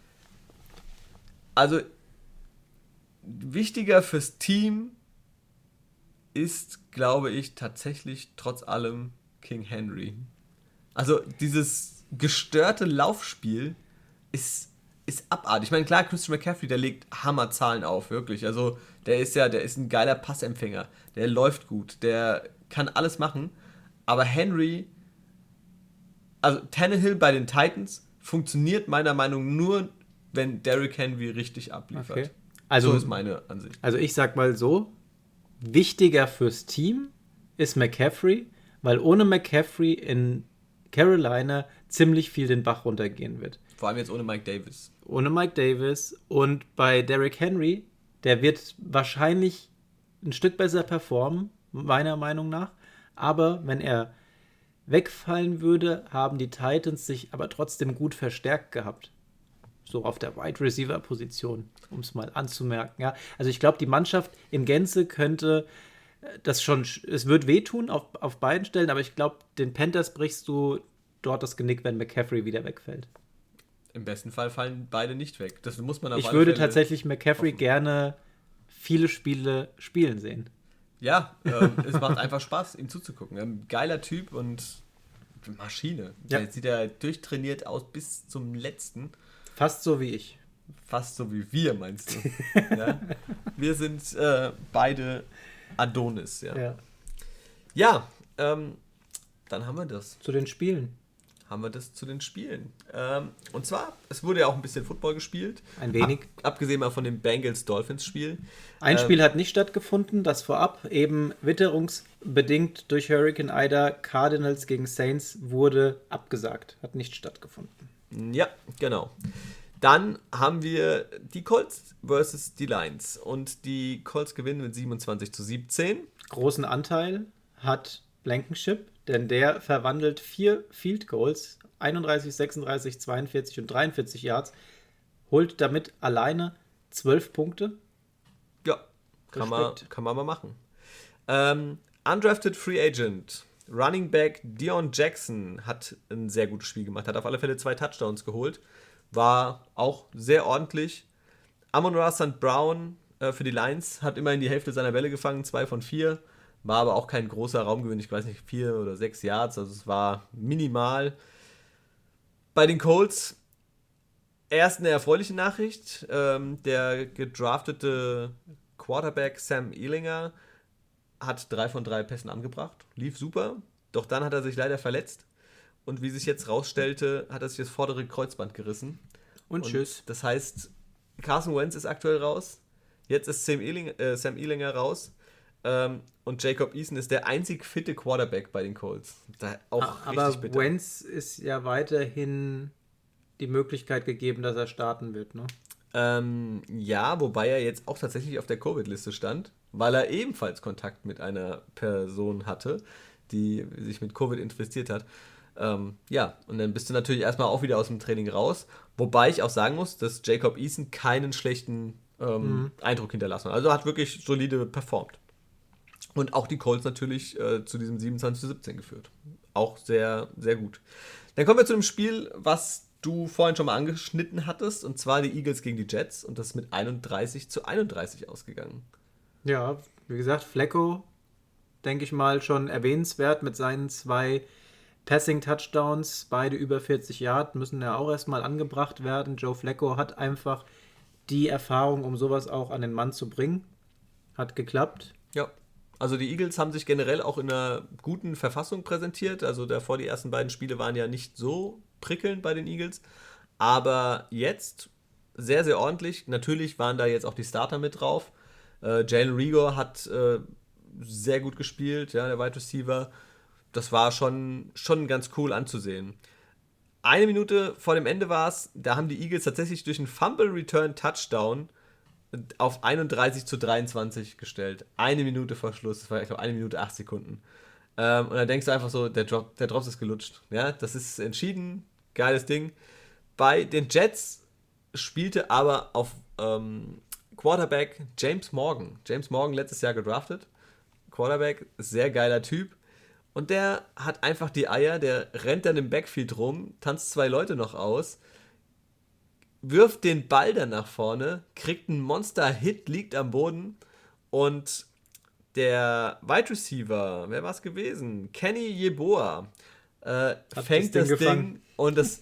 Also wichtiger fürs Team ist, glaube ich, tatsächlich trotz allem King Henry. Also dieses gestörte Laufspiel ist ist abartig. Ich meine, klar, Christian McCaffrey, der legt Hammerzahlen auf, wirklich. Also, der ist ein geiler Passempfänger. Der läuft gut, der kann alles machen. Aber Henry, also Tannehill bei den Titans funktioniert meiner Meinung nach nur, wenn Derrick Henry richtig abliefert. Okay. Also, so ist meine Ansicht. Also ich sag mal so, wichtiger fürs Team ist McCaffrey, weil ohne McCaffrey in Carolina ziemlich viel den Bach runtergehen wird. Vor allem jetzt ohne Mike Davis. Ohne Mike Davis. Und bei Derrick Henry, der wird wahrscheinlich ein Stück besser performen, meiner Meinung nach. Aber wenn er wegfallen würde, haben die Titans sich aber trotzdem gut verstärkt gehabt. So auf der Wide Receiver Position, um es mal anzumerken. Ja. Also ich glaube, die Mannschaft in Gänze könnte das schon, es wird wehtun auf beiden Stellen, aber ich glaube, den Panthers brichst du dort das Genick, wenn McCaffrey wieder wegfällt. Im besten Fall fallen beide nicht weg. Das muss man auf Ich alle würde Fälle tatsächlich McCaffrey hoffen. gerne viele Spiele spielen sehen. Ja, es macht einfach Spaß, ihm zuzugucken. Ein geiler Typ und Maschine. Ja. Jetzt sieht er durchtrainiert aus bis zum letzten. Fast so wie ich. Fast so wie wir, meinst du? Ja? Wir sind beide Adonis. Ja, dann haben wir das. Zu den Spielen. Haben wir das zu den Spielen. Und zwar, es wurde ja auch ein bisschen Football gespielt. Ein wenig. Abgesehen mal von dem Bengals-Dolphins-Spiel. Ein Spiel hat nicht stattgefunden, das vorab eben witterungsbedingt durch Hurricane Ida, Cardinals gegen Saints, wurde abgesagt. Hat nicht stattgefunden. Ja, genau. Dann haben wir die Colts versus die Lions. Und die Colts gewinnen mit 27-17. Großen Anteil hat Blankenship, denn der verwandelt 4 Field Goals, 31, 36, 42 und 43 Yards, holt damit alleine 12 Punkte. Ja, kann man mal machen. Undrafted Free Agent, Running Back Deion Jackson hat ein sehr gutes Spiel gemacht, hat auf alle Fälle 2 Touchdowns geholt, war auch sehr ordentlich. Amon-Ra St. Brown für die Lions hat immerhin die Hälfte seiner Bälle gefangen, 2 von 4, war aber auch kein großer Raumgewinn, ich weiß nicht, 4 oder 6 Yards, also es war minimal. Bei den Colts erst eine erfreuliche Nachricht, der gedraftete Quarterback Sam Ehlinger hat 3 von 3 Pässen angebracht, lief super, doch dann hat er sich leider verletzt und wie sich jetzt rausstellte, hat er sich das vordere Kreuzband gerissen. Und tschüss. Das heißt, Carson Wentz ist aktuell raus, jetzt ist Sam Ehlinger raus und Jacob Eason ist der einzig fitte Quarterback bei den Colts. Aber bitter. Wentz ist ja weiterhin die Möglichkeit gegeben, dass er starten wird, ne? Ja, wobei er jetzt auch tatsächlich auf der Covid-Liste stand, weil er ebenfalls Kontakt mit einer Person hatte, die sich mit Covid infiziert hat. Ja, und dann bist du natürlich erstmal auch wieder aus dem Training raus, wobei ich auch sagen muss, dass Jacob Eason keinen schlechten Eindruck hinterlassen hat. Also er hat wirklich solide performt. Und auch die Colts natürlich zu diesem 27-17 geführt. Auch sehr, sehr gut. Dann kommen wir zu dem Spiel, was du vorhin schon mal angeschnitten hattest, und zwar die Eagles gegen die Jets, und das ist mit 31-31 ausgegangen. Ja, wie gesagt, Flacco, denke ich mal, schon erwähnenswert mit seinen 2 Passing-Touchdowns, beide über 40 Yard, müssen ja auch erstmal angebracht werden. Joe Flacco hat einfach die Erfahrung, um sowas auch an den Mann zu bringen. Hat geklappt. Ja, also die Eagles haben sich generell auch in einer guten Verfassung präsentiert. Also davor die ersten beiden Spiele waren ja nicht so prickelnd bei den Eagles. Aber jetzt sehr, sehr ordentlich. Natürlich waren da jetzt auch die Starter mit drauf. Jalen Reagor hat sehr gut gespielt, ja, der Wide Receiver. Das war schon ganz cool anzusehen. 1 Minute vor dem Ende war es, da haben die Eagles tatsächlich durch einen Fumble-Return-Touchdown auf 31-23 gestellt. 1 Minute vor Schluss, das war ich glaube 1 Minute 8 Sekunden. Und dann denkst du einfach so, der Drops ist gelutscht. Ja, das ist entschieden, geiles Ding. Bei den Jets spielte aber auf Quarterback James Morgan. James Morgan letztes Jahr gedraftet. Quarterback, sehr geiler Typ. Und der hat einfach die Eier, der rennt dann im Backfield rum, tanzt 2 Leute noch aus, wirft den Ball dann nach vorne, kriegt einen Monster-Hit, liegt am Boden und der Wide Receiver, wer war es gewesen? Kenny Yeboah fängt das Ding und das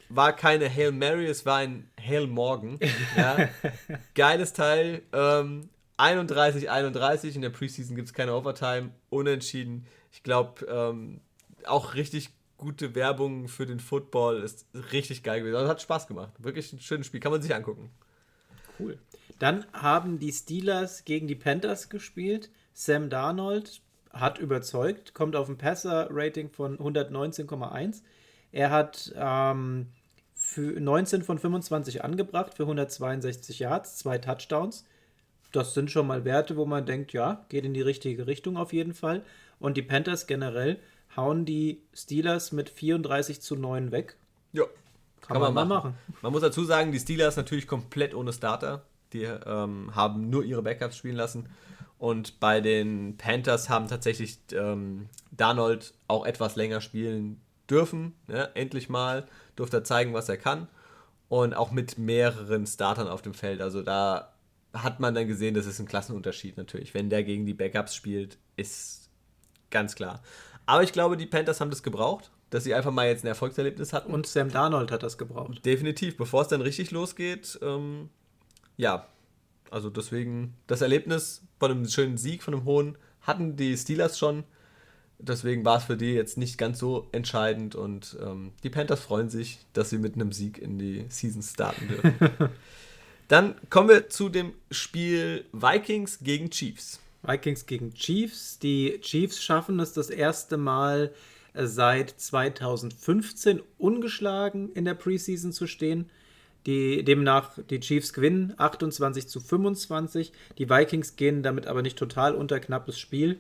war keine Hail Mary, es war ein Hail Morgan. Ja. Geiles Teil. 31-31, in der Preseason gibt es keine Overtime, unentschieden. Ich glaube, auch richtig gute Werbung für den Football, ist richtig geil gewesen. Also hat Spaß gemacht. Wirklich ein schönes Spiel, kann man sich angucken. Cool. Dann haben die Steelers gegen die Panthers gespielt. Sam Darnold hat überzeugt, kommt auf ein Passer-Rating von 119,1. Er hat für 19 von 25 angebracht für 162 Yards, 2 Touchdowns. Das sind schon mal Werte, wo man denkt, ja, geht in die richtige Richtung auf jeden Fall. Und die Panthers generell hauen die Steelers mit 34-9 weg. Ja, kann man mal machen. Man muss dazu sagen, die Steelers natürlich komplett ohne Starter. Die haben nur ihre Backups spielen lassen. Und bei den Panthers haben tatsächlich Darnold auch etwas länger spielen dürfen. Ja, endlich mal durfte er zeigen, was er kann. Und auch mit mehreren Startern auf dem Feld. Also da hat man dann gesehen, das ist ein Klassenunterschied natürlich. Wenn der gegen die Backups spielt, ist ganz klar. Aber ich glaube, die Panthers haben das gebraucht, dass sie einfach mal jetzt ein Erfolgserlebnis hatten. Und Sam Darnold hat das gebraucht. Definitiv, bevor es dann richtig losgeht. Ja, also deswegen, das Erlebnis von einem schönen Sieg, von einem hohen, hatten die Steelers schon. Deswegen war es für die jetzt nicht ganz so entscheidend. Und die Panthers freuen sich, dass sie mit einem Sieg in die Season starten dürfen. Dann kommen wir zu dem Spiel Vikings gegen Chiefs. Vikings gegen Chiefs. Die Chiefs schaffen es das erste Mal seit 2015 ungeschlagen in der Preseason zu stehen. Demnach die Chiefs gewinnen 28-25. Die Vikings gehen damit aber nicht total unter, knappes Spiel.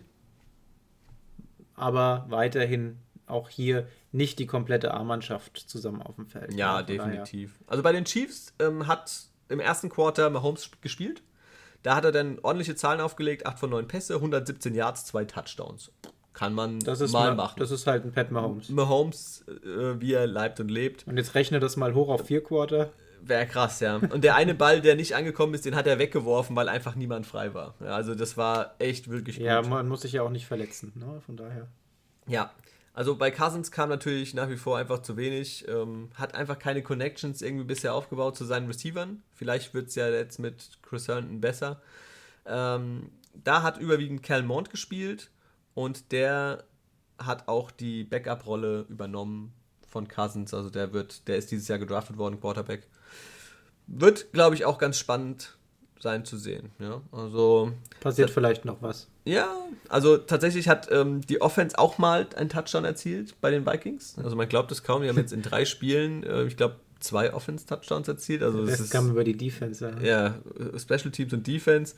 Aber weiterhin auch hier nicht die komplette A-Mannschaft zusammen auf dem Feld. Ja, definitiv. Also bei den Chiefs hat im ersten Quarter Mahomes gespielt. Da hat er dann ordentliche Zahlen aufgelegt, 8 von 9 Pässe, 117 Yards, 2 Touchdowns. Kann man mal machen. Das ist halt ein Pat Mahomes. Mahomes, wie er leibt und lebt. Und jetzt rechne das mal hoch auf 4 Quarter. Wäre krass, ja. Und der eine Ball, der nicht angekommen ist, den hat er weggeworfen, weil einfach niemand frei war. Ja, also das war echt wirklich gut. Ja, man muss sich ja auch nicht verletzen, ne? Von daher. Ja, also bei Cousins kam natürlich nach wie vor einfach zu wenig. Hat einfach keine Connections irgendwie bisher aufgebaut zu seinen Receivern. Vielleicht wird es ja jetzt mit Chris Herndon besser. Da hat überwiegend Cal Mond gespielt und der hat auch die Backup-Rolle übernommen von Cousins. Also der ist dieses Jahr gedraftet worden, Quarterback. Wird, glaube ich, auch ganz spannend sein zu sehen. Ja, also passiert vielleicht noch was. Ja, also tatsächlich hat die Offense auch mal einen Touchdown erzielt bei den Vikings. Also man glaubt es kaum, die haben jetzt in 3 Spielen, ich glaube, 2 Offense-Touchdowns erzielt. Also das kam über die Defense. Ja, Special Teams und Defense.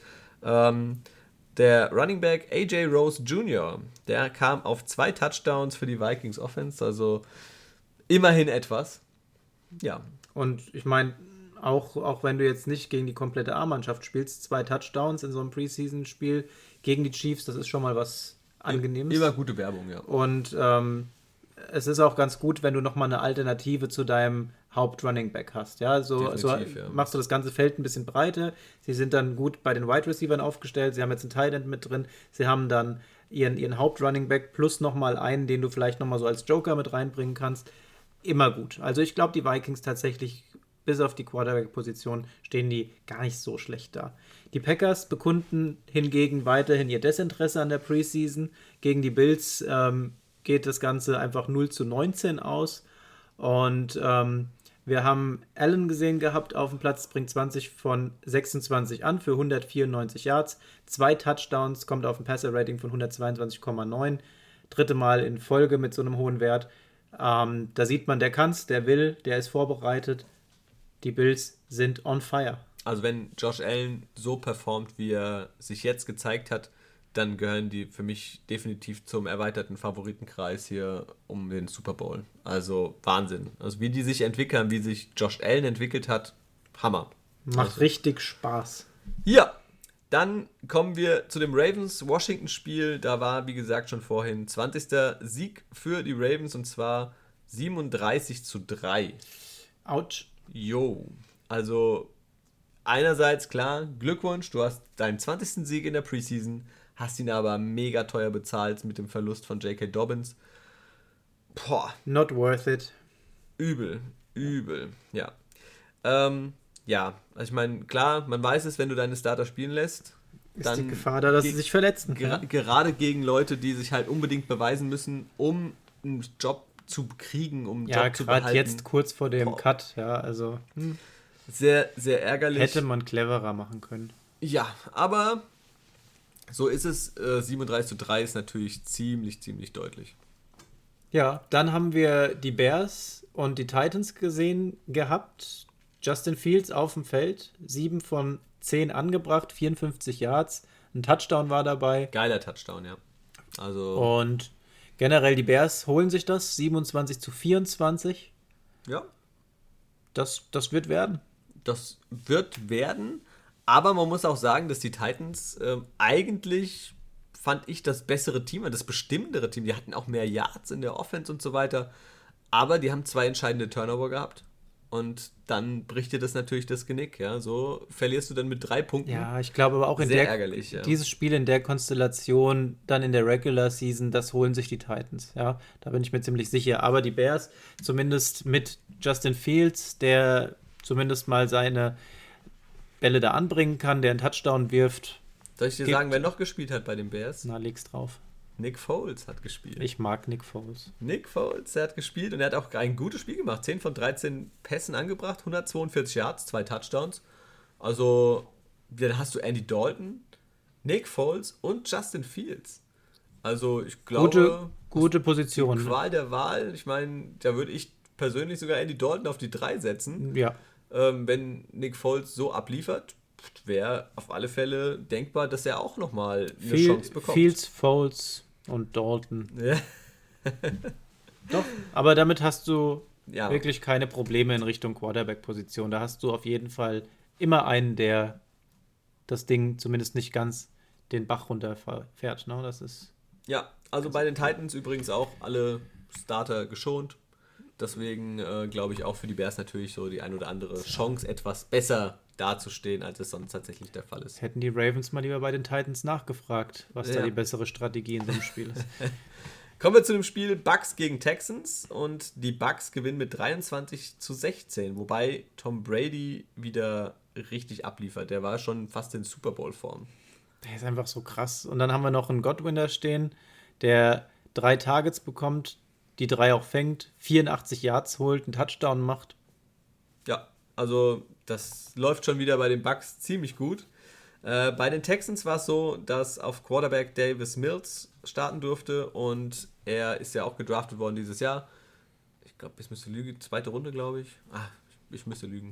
Der Running Back AJ Rose Jr., der kam auf 2 Touchdowns für die Vikings Offense, also immerhin etwas. Ja. Und ich meine, auch wenn du jetzt nicht gegen die komplette A-Mannschaft spielst, 2 Touchdowns in so einem Preseason-Spiel gegen die Chiefs, das ist schon mal was Angenehmes. Immer gute Werbung, ja. Und es ist auch ganz gut, wenn du nochmal eine Alternative zu deinem Haupt-Running-Back hast. Ja, so machst du das ganze Feld ein bisschen breiter. Sie sind dann gut bei den Wide-Receivern aufgestellt. Sie haben jetzt einen Tight End mit drin. Sie haben dann ihren Haupt-Running-Back plus nochmal einen, den du vielleicht nochmal so als Joker mit reinbringen kannst. Immer gut. Also ich glaube, die Vikings tatsächlich bis auf die Quarterback-Position stehen die gar nicht so schlecht da. Die Packers bekunden hingegen weiterhin ihr Desinteresse an der Preseason. Gegen die Bills geht das Ganze einfach 0-19 aus. Und wir haben Allen gesehen gehabt auf dem Platz, bringt 20 von 26 an für 194 Yards. 2 Touchdowns, kommt auf ein Passer-Rating von 122,9. 3. Mal in Folge mit so einem hohen Wert. Da sieht man, der kann's, der will, der ist vorbereitet. Die Bills sind on fire. Also wenn Josh Allen so performt, wie er sich jetzt gezeigt hat, dann gehören die für mich definitiv zum erweiterten Favoritenkreis hier um den Super Bowl. Also Wahnsinn. Also wie die sich entwickeln, wie sich Josh Allen entwickelt hat, Hammer. Macht richtig Spaß. Ja, dann kommen wir zu dem Ravens-Washington-Spiel. Da war, wie gesagt, schon vorhin 20. Sieg für die Ravens und zwar 37-3. Autsch. Jo, also einerseits klar, Glückwunsch, du hast deinen 20. Sieg in der Preseason, hast ihn aber mega teuer bezahlt mit dem Verlust von J.K. Dobbins. Boah. Not worth it. Übel. übel, ja. Ja, also ich meine, klar, man weiß es, wenn du deine Starter spielen lässt, Ist dann die Gefahr da, dass sie sich verletzen. gerade gegen Leute, die sich halt unbedingt beweisen müssen, um einen Job zu kriegen, um einen Ja, Job zu gerade behalten. jetzt kurz vor dem Boah. Cut, ja, also Sehr, sehr ärgerlich. hätte man cleverer machen können. Ja, aber so ist es. 37:3 ist natürlich ziemlich, ziemlich deutlich. Ja, dann haben wir die Bears und die Titans gesehen gehabt. Justin Fields auf dem Feld, 7 von 10 angebracht, 54 Yards, ein Touchdown war dabei. Geiler Touchdown, ja. Also, Und generell die Bears holen sich das, 27-24. ja, Das wird werden. das wird werden. Aber man muss auch sagen, dass die Titans eigentlich, fand ich, das bessere Team, das bestimmendere Team. Die hatten auch mehr Yards in der Offense und so weiter. Aber die haben 2 entscheidende Turnover gehabt. Und dann bricht dir das natürlich das Genick. Ja? So verlierst du dann mit 3 Punkten. Ja, ich glaube aber auch in Sehr ärgerlich, ja. dieses Spiel in der Konstellation, dann in der Regular Season, das holen sich die Titans. Ja, da bin ich mir ziemlich sicher. Aber die Bears, zumindest mit Justin Fields, der zumindest mal seine Bälle da anbringen kann, der einen Touchdown wirft. Soll ich dir sagen, wer noch gespielt hat bei den Bears? Na, leg's drauf. Nick Foles hat gespielt. Ich mag Nick Foles. Nick Foles, der hat gespielt und er hat auch ein gutes Spiel gemacht. 10 von 13 Pässen angebracht, 142 Yards, 2 Touchdowns. Also, dann hast du Andy Dalton, Nick Foles und Justin Fields. Also, ich glaube, Gute Position. Qual der Wahl. Ich meine, da würde ich persönlich sogar Andy Dalton auf die 3 setzen. Ja. Wenn Nick Foles so abliefert, wäre auf alle Fälle denkbar, dass er auch nochmal eine Chance bekommt. Fields, Foles und Dalton. Ja. Doch, aber damit hast du Ja. wirklich keine Probleme in Richtung Quarterback-Position. Da hast du auf jeden Fall immer einen, der das Ding zumindest nicht ganz den Bach runterfährt. Ne? Das ist Ja, also bei den Titans übrigens auch alle Starter geschont. Deswegen glaube ich auch für die Bears natürlich so die ein oder andere Chance, etwas besser dazustehen, als es sonst tatsächlich der Fall ist. hätten die Ravens mal lieber bei den Titans nachgefragt, was da Ja. die bessere Strategie in so einem Spiel ist. Kommen wir zu dem Spiel Bucks gegen Texans und die Bucks gewinnen mit 23-16, wobei Tom Brady wieder richtig abliefert. Der war schon fast in Super Bowl-Form. Der ist einfach so krass. Und dann haben wir noch einen Godwin da stehen, der 3 Targets bekommt, die 3 auch fängt, 84 Yards holt, einen Touchdown macht. Ja, also das läuft schon wieder bei den Bucks ziemlich gut. Bei den Texans war es so, dass auf Quarterback Davis Mills starten durfte und er ist ja auch gedraftet worden dieses Jahr. Ich glaube, ich müsste lügen, 2. Runde, glaube ich. Ich müsste lügen.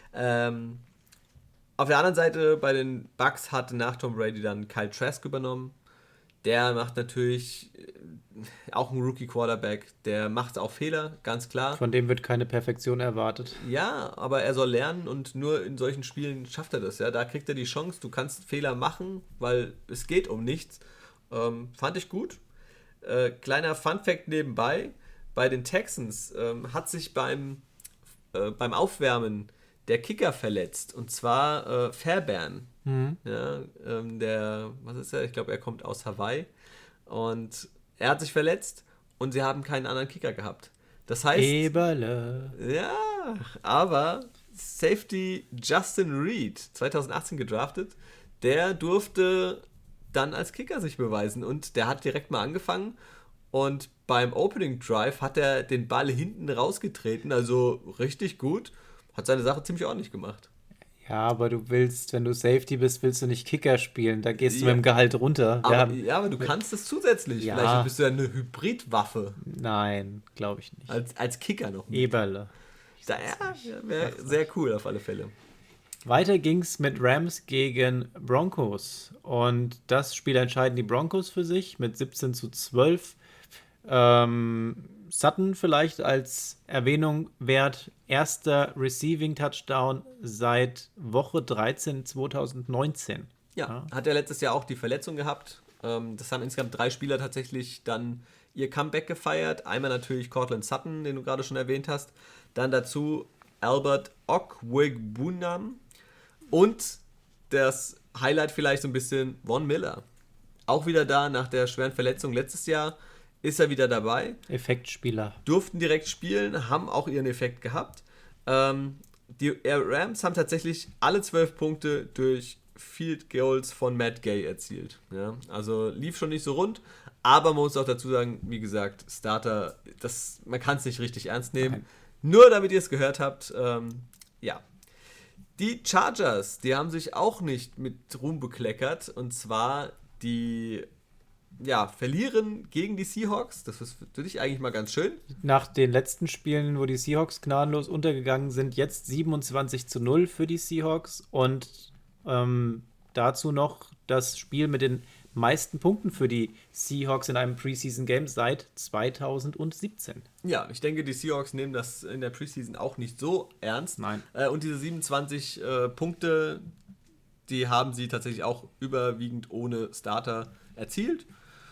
Auf der anderen Seite bei den Bucks hat nach Tom Brady dann Kyle Trask übernommen. Der macht natürlich auch ein Rookie-Quarterback, der macht auch Fehler, ganz klar. Von dem wird keine Perfektion erwartet. Ja, aber er soll lernen und nur in solchen Spielen schafft er das. Ja, da kriegt er die Chance. Du kannst Fehler machen, weil es geht um nichts. Fand ich gut. Kleiner Fun-Fact nebenbei: Bei den Texans hat sich beim Aufwärmen der Kicker verletzt, und zwar Fairbairn. Ja, was ist er? Ich glaube, er kommt aus Hawaii. Und er hat sich verletzt und sie haben keinen anderen Kicker gehabt. Das heißt, Eberle. ja, aber Safety Justin Reed, 2018 gedraftet, der durfte dann als Kicker sich beweisen und der hat direkt mal angefangen und beim Opening Drive hat er den Ball hinten rausgetreten, also richtig gut, hat seine Sache ziemlich ordentlich gemacht. Ja, aber du willst, wenn du Safety bist, willst du nicht Kicker spielen. Da gehst du Ja. mit dem Gehalt runter. Aber du kannst es zusätzlich. Ja. Vielleicht bist du ja eine Hybridwaffe. Nein, glaube ich nicht. Als Kicker noch. Eberle. Wäre sehr cool auf alle Fälle. Weiter ging's mit Rams gegen Broncos. Und das Spiel entscheiden die Broncos für sich mit 17-12. Sutton vielleicht als Erwähnung wert. Erster Receiving Touchdown seit Woche 13 2019. Ja, hat er letztes Jahr auch die Verletzung gehabt. Das haben insgesamt 3 Spieler tatsächlich dann ihr Comeback gefeiert. Einmal natürlich Cortland Sutton, den du gerade schon erwähnt hast. Dann dazu Albert Okwuegbunam. Und das Highlight vielleicht so ein bisschen Von Miller. Auch wieder da nach der schweren Verletzung letztes Jahr ist er wieder dabei. Effektspieler. Durften direkt spielen, haben auch ihren Effekt gehabt. Die Rams haben tatsächlich alle 12 Punkte durch Field Goals von Matt Gay erzielt. Ja? Also lief schon nicht so rund, aber man muss auch dazu sagen, wie gesagt, Starter, man kann es nicht richtig ernst nehmen. Nein. Nur damit ihr es gehört habt, ja. Die Chargers, die haben sich auch nicht mit Ruhm bekleckert, und zwar die verlieren gegen die Seahawks. Das ist für dich eigentlich mal ganz schön. Nach den letzten Spielen, wo die Seahawks gnadenlos untergegangen sind, jetzt 27-0 für die Seahawks und dazu noch das Spiel mit den meisten Punkten für die Seahawks in einem Preseason-Game seit 2017. Ja, ich denke, die Seahawks nehmen das in der Preseason auch nicht so ernst. Nein. Und diese 27 Punkte, die haben sie tatsächlich auch überwiegend ohne Starter erzielt.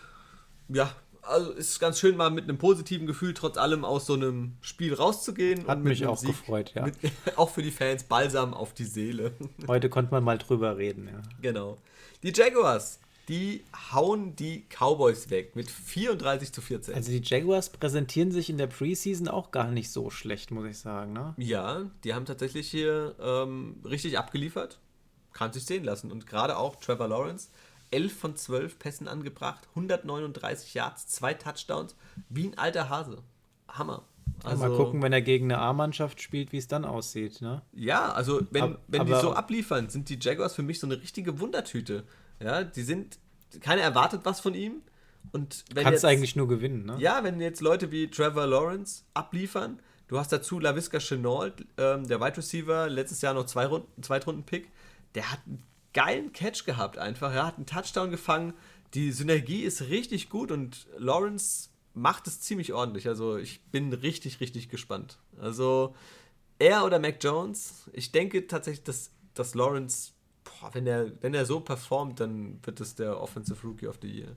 Ja, also ist ganz schön, mal mit einem positiven Gefühl trotz allem aus so einem Spiel rauszugehen. Hat und mit mich einem auch gefreut, ja. Auch für die Fans Balsam auf die Seele. Heute konnte man mal drüber reden, ja. Genau. Die Jaguars, die hauen die Cowboys weg mit 34-14. Also die Jaguars präsentieren sich in der Preseason auch gar nicht so schlecht, muss ich sagen, ne? Ja, die haben tatsächlich hier richtig abgeliefert. Kann sich sehen lassen. Und gerade auch Trevor Lawrence, 11 von 12 Pässen angebracht, 139 Yards, 2 Touchdowns, wie ein alter Hase. Hammer. Also, mal gucken, wenn er gegen eine A-Mannschaft spielt, wie es dann aussieht, ne? ja, also wenn die aber- so abliefern, sind die Jaguars für mich so eine richtige Wundertüte. Ja, keiner erwartet was von ihm. Und wenn Kannst jetzt, eigentlich nur gewinnen, ne? ja, wenn jetzt Leute wie Trevor Lawrence abliefern, du hast dazu Laviska Shenault, der Wide Receiver, letztes Jahr noch Zweitrunden-Pick, der hat einen geilen Catch gehabt einfach, hat einen Touchdown gefangen, die Synergie ist richtig gut und Lawrence macht es ziemlich ordentlich, also ich bin richtig, richtig gespannt. Also er oder Mac Jones, ich denke tatsächlich, dass Lawrence, wenn er so performt, dann wird es der Offensive Rookie of the Year.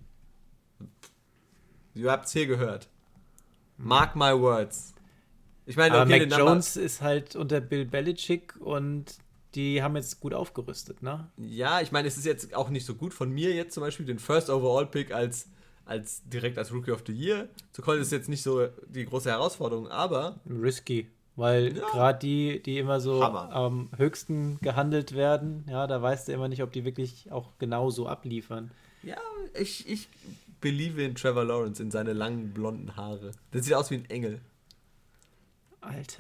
Ihr habt es hier gehört. Mark my words. Ich meine, Aber okay, Mac Jones ist halt unter Bill Belichick und die haben jetzt gut aufgerüstet, ne? ja, ich meine, es ist jetzt auch nicht so gut von mir jetzt zum Beispiel den First Overall Pick direkt als Rookie of the Year zu callen, ist jetzt nicht so die große Herausforderung, aber Risky, weil Ja. gerade die immer so Hammer. am höchsten gehandelt werden, ja, da weißt du immer nicht, ob die wirklich auch genau so abliefern. ja, ich believe in Trevor Lawrence, in seine langen blonden Haare. Der sieht aus wie ein Engel. Alter.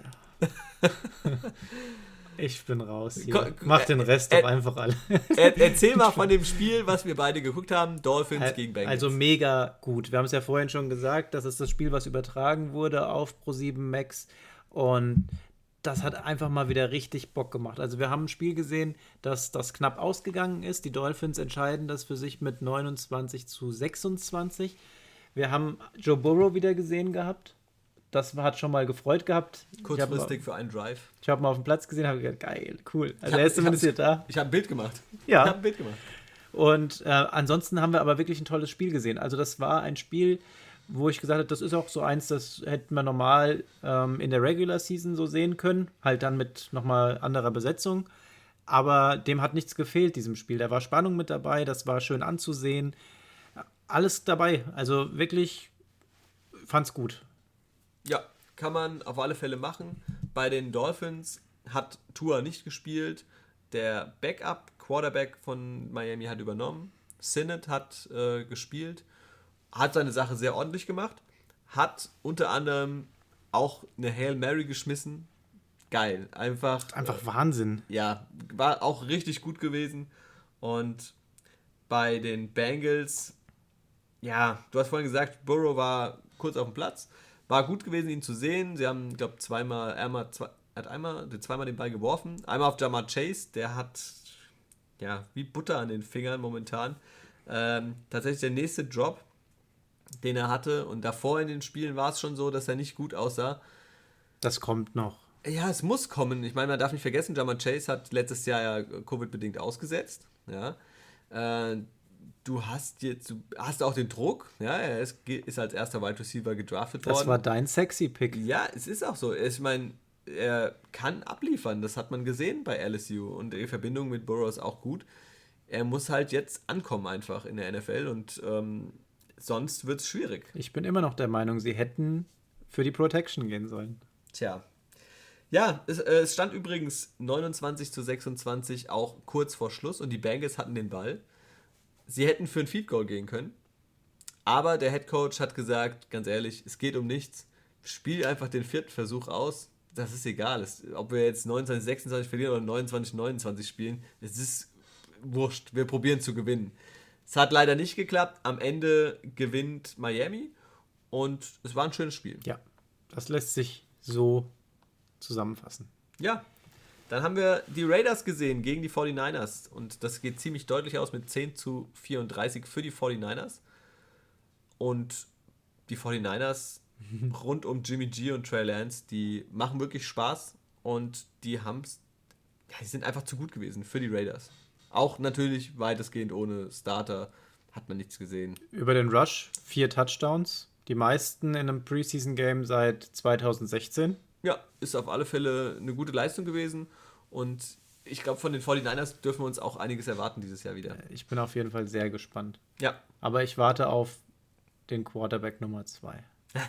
Ich bin raus hier. Ko- Mach den Rest doch einfach alle. Erzähl mal von dem Spiel, was wir beide geguckt haben, Dolphins gegen Bengals. Also mega gut. Wir haben es ja vorhin schon gesagt, das ist das Spiel, was übertragen wurde auf Pro7 Max und das hat einfach mal wieder richtig Bock gemacht. Also wir haben ein Spiel gesehen, dass das knapp ausgegangen ist. Die Dolphins entscheiden das für sich mit 29-26. Wir haben Joe Burrow wieder gesehen gehabt. Das hat schon mal gefreut gehabt. Kurzfristig für einen Drive. Ich habe mal auf dem Platz gesehen, habe gedacht, geil, cool. Also er ist zumindest hier da. Ich habe ein Bild gemacht. Ja. Ich habe ein Bild gemacht. Und ansonsten haben wir aber wirklich ein tolles Spiel gesehen. Also das war ein Spiel, wo ich gesagt habe, das ist auch so eins, das hätten wir normal in der Regular Season so sehen können. Halt dann mit nochmal anderer Besetzung. Aber dem hat nichts gefehlt, diesem Spiel. Da war Spannung mit dabei, das war schön anzusehen. Alles dabei. Also wirklich, fand's gut. Ja, kann man auf alle Fälle machen. Bei den Dolphins hat Tua nicht gespielt. Der Backup-Quarterback von Miami hat übernommen. Sinnott hat gespielt. Hat seine Sache sehr ordentlich gemacht. Hat unter anderem auch eine Hail Mary geschmissen. Geil. Einfach Wahnsinn. ja, war auch richtig gut gewesen. Und bei den Bengals, ja, du hast vorhin gesagt, Burrow war kurz auf dem Platz. War gut gewesen, ihn zu sehen. Sie haben, ich glaube, zweimal den Ball geworfen. Einmal auf Jamar Chase, der hat, ja, wie Butter an den Fingern momentan. Tatsächlich der nächste Drop, den er hatte. Und davor in den Spielen war es schon so, dass er nicht gut aussah. Das kommt noch. Ja, es muss kommen. Ich meine, man darf nicht vergessen, Jamar Chase hat letztes Jahr ja Covid-bedingt ausgesetzt. Ja. Du hast auch den Druck. Ja, er ist als erster Wide Receiver gedraftet worden. Das war dein sexy Pick. Ja, es ist auch so. Ich meine, er kann abliefern. Das hat man gesehen bei LSU. Und die Verbindung mit Burrow ist auch gut. Er muss halt jetzt ankommen einfach in der NFL. Und sonst wird es schwierig. Ich bin immer noch der Meinung, sie hätten für die Protection gehen sollen. Tja. Ja, es stand übrigens 29-26 auch kurz vor Schluss und die Bengals hatten den Ball. Sie hätten für ein Field Goal gehen können, aber der Head Coach hat gesagt, ganz ehrlich, es geht um nichts. Spiel einfach den vierten Versuch aus. Das ist egal. Ob wir jetzt 29-26 verlieren oder 29-29 spielen, es ist wurscht. Wir probieren zu gewinnen. Es hat leider nicht geklappt. Am Ende gewinnt Miami und es war ein schönes Spiel. Ja, das lässt sich so zusammenfassen. Ja, dann haben wir die Raiders gesehen gegen die 49ers und das geht ziemlich deutlich aus mit 10-34 für die 49ers. Und die 49ers rund um Jimmy G und Trey Lance, die machen wirklich Spaß und die sind einfach zu gut gewesen für die Raiders. Auch natürlich weitestgehend ohne Starter hat man nichts gesehen. Über den Rush 4 Touchdowns, die meisten in einem Preseason-Game seit 2016. Ja, ist auf alle Fälle eine gute Leistung gewesen und ich glaube, von den 49ers dürfen wir uns auch einiges erwarten dieses Jahr wieder. Ich bin auf jeden Fall sehr gespannt. Ja. Aber ich warte auf den Quarterback Nummer 2.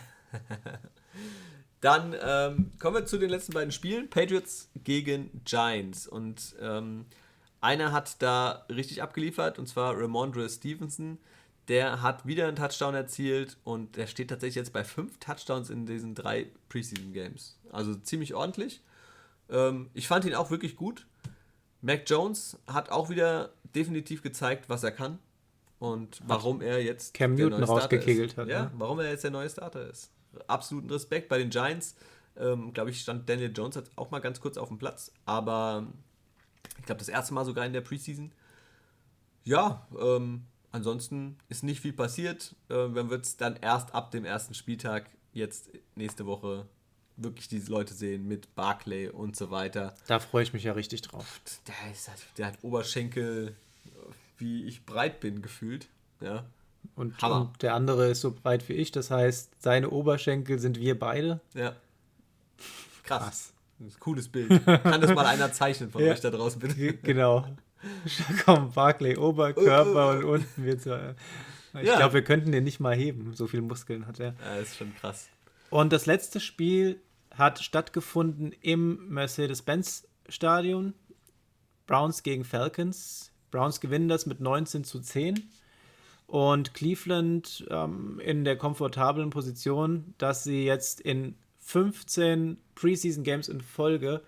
Dann kommen wir zu den letzten beiden Spielen. Patriots gegen Giants. Und einer hat da richtig abgeliefert, und zwar Ramondre Stevenson. Der hat wieder einen Touchdown erzielt und der steht tatsächlich jetzt bei 5 Touchdowns in diesen 3 Preseason-Games. Also ziemlich ordentlich. Ich fand ihn auch wirklich gut. Mac Jones hat auch wieder definitiv gezeigt, was er kann. Und warum er jetzt Cam Newton rausgekegelt hat. Ja, warum er jetzt der neue Starter ist. Absoluten Respekt. Bei den Giants, glaube ich, stand Daniel Jones jetzt auch mal ganz kurz auf dem Platz. Aber ich glaube, das erste Mal sogar in der Preseason. Ja, ansonsten ist nicht viel passiert. Man wird es dann erst ab dem ersten Spieltag jetzt nächste Woche wirklich diese Leute sehen mit Barkley und so weiter. Da freue ich mich ja richtig drauf. Der hat Oberschenkel, wie ich breit bin, gefühlt. Ja. Und der andere ist so breit wie ich, das heißt, seine Oberschenkel sind wir beide. Ja. Krass. Das ist ein cooles Bild. Kann das mal einer zeichnen von euch da draußen, bitte? Genau. Komm, Barkley, Oberkörper und unten wird so. Ich glaube, wir könnten den nicht mal heben. So viele Muskeln hat er. Ja, das ist schon krass. Und das letzte Spiel hat stattgefunden im Mercedes-Benz-Stadion. Browns gegen Falcons. Browns gewinnen das mit 19-10. Und Cleveland in der komfortablen Position, dass sie jetzt in 15 Preseason-Games in Folge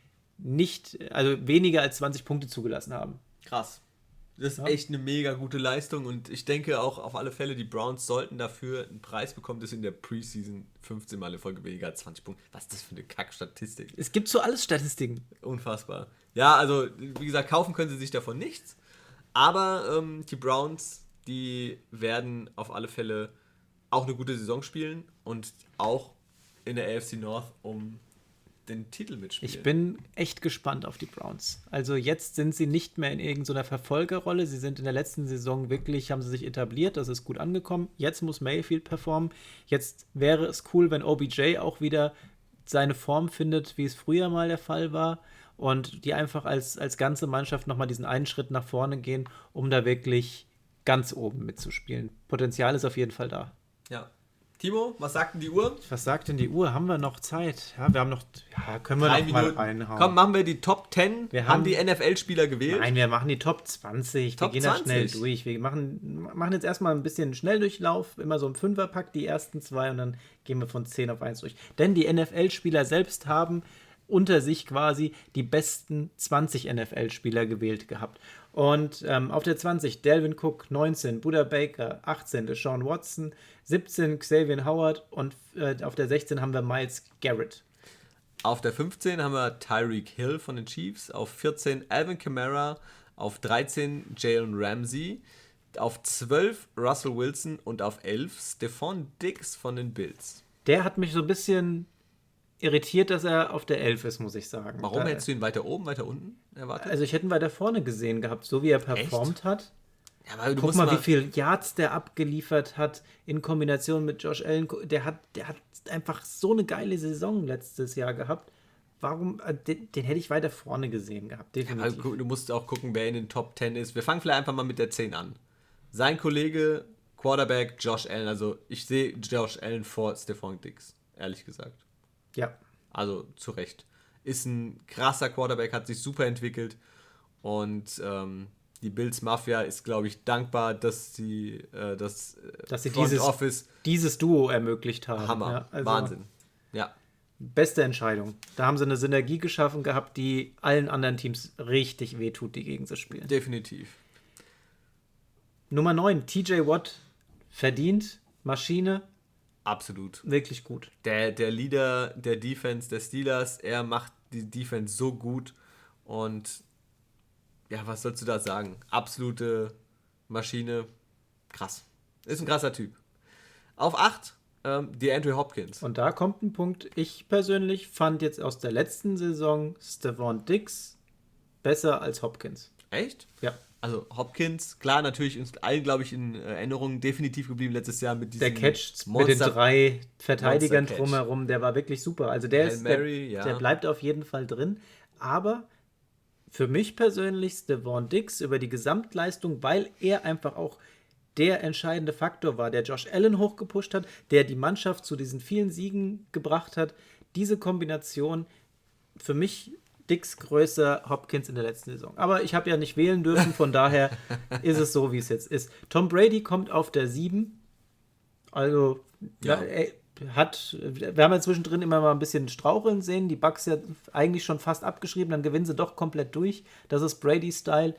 weniger als 20 Punkte zugelassen haben. Krass. Das ist echt eine mega gute Leistung und ich denke auch auf alle Fälle, die Browns sollten dafür einen Preis bekommen, dass in der Preseason 15 Mal in Folge weniger als 20 Punkte. Was ist das für eine Kack-Statistik? Es gibt so alles Statistiken. Unfassbar. Ja, also wie gesagt, kaufen können sie sich davon nichts, aber die Browns, die werden auf alle Fälle auch eine gute Saison spielen und auch in der AFC North um den Titel mitspielen. Ich bin echt gespannt auf die Browns. Also jetzt sind sie nicht mehr in irgendeiner Verfolgerrolle. Sie sind in der letzten Saison wirklich, haben sie sich etabliert, das ist gut angekommen. Jetzt muss Mayfield performen. Jetzt wäre es cool, wenn OBJ auch wieder seine Form findet, wie es früher mal der Fall war. Und die einfach als ganze Mannschaft nochmal diesen einen Schritt nach vorne gehen, um da wirklich ganz oben mitzuspielen. Potenzial ist auf jeden Fall da. Ja. Timo, was sagt denn die Uhr? Was sagt denn die Uhr? Haben wir noch Zeit? Ja, wir haben noch. Ja, können wir 3 noch Minuten. mal reinhauen. Komm, machen wir die Top 10. Wir haben die NFL-Spieler gewählt? Nein, wir machen die Top 20. Top wir gehen da 20. schnell durch. Wir machen jetzt erstmal ein bisschen Schnelldurchlauf, immer so im Fünferpack, die ersten 2 und dann gehen wir von 10 auf 1 durch. Denn die NFL-Spieler selbst haben unter sich quasi die besten 20 NFL-Spieler gewählt gehabt. Und auf der 20 Dalvin Cook, 19 Buda Baker, 18 Deshaun Watson, 17 Xavier Howard und auf der 16 haben wir Myles Garrett. Auf der 15 haben wir Tyreek Hill von den Chiefs, auf 14 Alvin Kamara, auf 13 Jalen Ramsey, auf 12 Russell Wilson und auf 11 Stephon Diggs von den Bills. Der hat mich so ein bisschen irritiert, dass er auf der 11 ist, muss ich sagen. Warum hättest du ihn weiter oben, weiter unten erwartet? Also ich hätte ihn weiter vorne gesehen gehabt, so wie er performt hat. Ja, aber Guck mal, wie viel Yards der abgeliefert hat in Kombination mit Josh Allen. Der hat einfach so eine geile Saison letztes Jahr gehabt. Warum? Den hätte ich weiter vorne gesehen gehabt, definitiv. Ja, du musst auch gucken, wer in den Top 10 ist. Wir fangen vielleicht einfach mal mit der 10 an. Sein Kollege, Quarterback Josh Allen. Also ich sehe Josh Allen vor Stephon Diggs, ehrlich gesagt. Ja. Also zu Recht. ist ein krasser Quarterback, hat sich super entwickelt und die Bills Mafia ist, glaube ich, dankbar, dass sie das Front Office dieses Duo ermöglicht haben. Hammer, ja, also Wahnsinn. Ja. Beste Entscheidung. Da haben sie eine Synergie geschaffen gehabt, die allen anderen Teams richtig wehtut, die gegen sie spielen. Definitiv. Nummer 9, TJ Watt. Verdient, Maschine. Absolut. Wirklich gut. Der Leader der Defense der Steelers, er macht die Defense so gut und ja, was sollst du da sagen? Absolute Maschine. Krass. Ist ein krasser Typ. Auf 8 die Andrew Hopkins. Und da kommt ein Punkt. Ich persönlich fand jetzt aus der letzten Saison Stefon Diggs besser als Hopkins. Echt? Ja. Also Hopkins, klar, natürlich uns allen, glaube ich, in Erinnerung definitiv geblieben letztes Jahr mit diesem Der Catch mit den 3 Verteidigern drumherum, der war wirklich super. Also der bleibt auf jeden Fall drin. Aber für mich persönlich Stefon Diggs über die Gesamtleistung, weil er einfach auch der entscheidende Faktor war, der Josh Allen hochgepusht hat, der die Mannschaft zu diesen vielen Siegen gebracht hat. Diese Kombination für mich Diggs größer, Hopkins in der letzten Saison. Aber ich habe ja nicht wählen dürfen, von daher ist es so, wie es jetzt ist. Tom Brady kommt auf der 7. Also ja. Wir haben ja zwischendrin immer mal ein bisschen straucheln sehen. Die Bucks ja eigentlich schon fast abgeschrieben, dann gewinnen sie doch komplett durch. Das ist Brady-Style.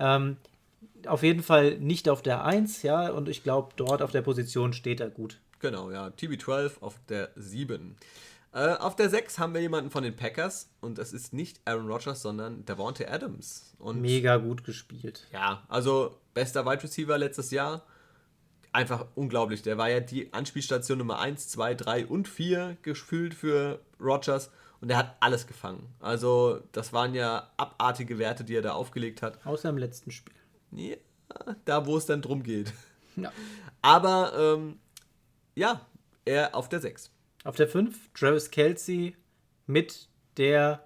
Auf jeden Fall nicht auf der 1, ja, und ich glaube, dort auf der Position steht er gut. Genau, ja, TB12 auf der 7. Auf der 6 haben wir jemanden von den Packers und das ist nicht Aaron Rodgers, sondern Davante Adams. Und mega gut gespielt. Ja, also bester Wide Receiver letztes Jahr. Einfach unglaublich. Der war ja die Anspielstation Nummer 1, 2, 3 und 4 gefühlt für Rodgers und der hat alles gefangen. Also das waren ja abartige Werte, die er da aufgelegt hat. Außer im letzten Spiel. Ja, da wo es dann drum geht. Ja. Aber ja, er auf der 6. Auf der 5 Travis Kelce mit der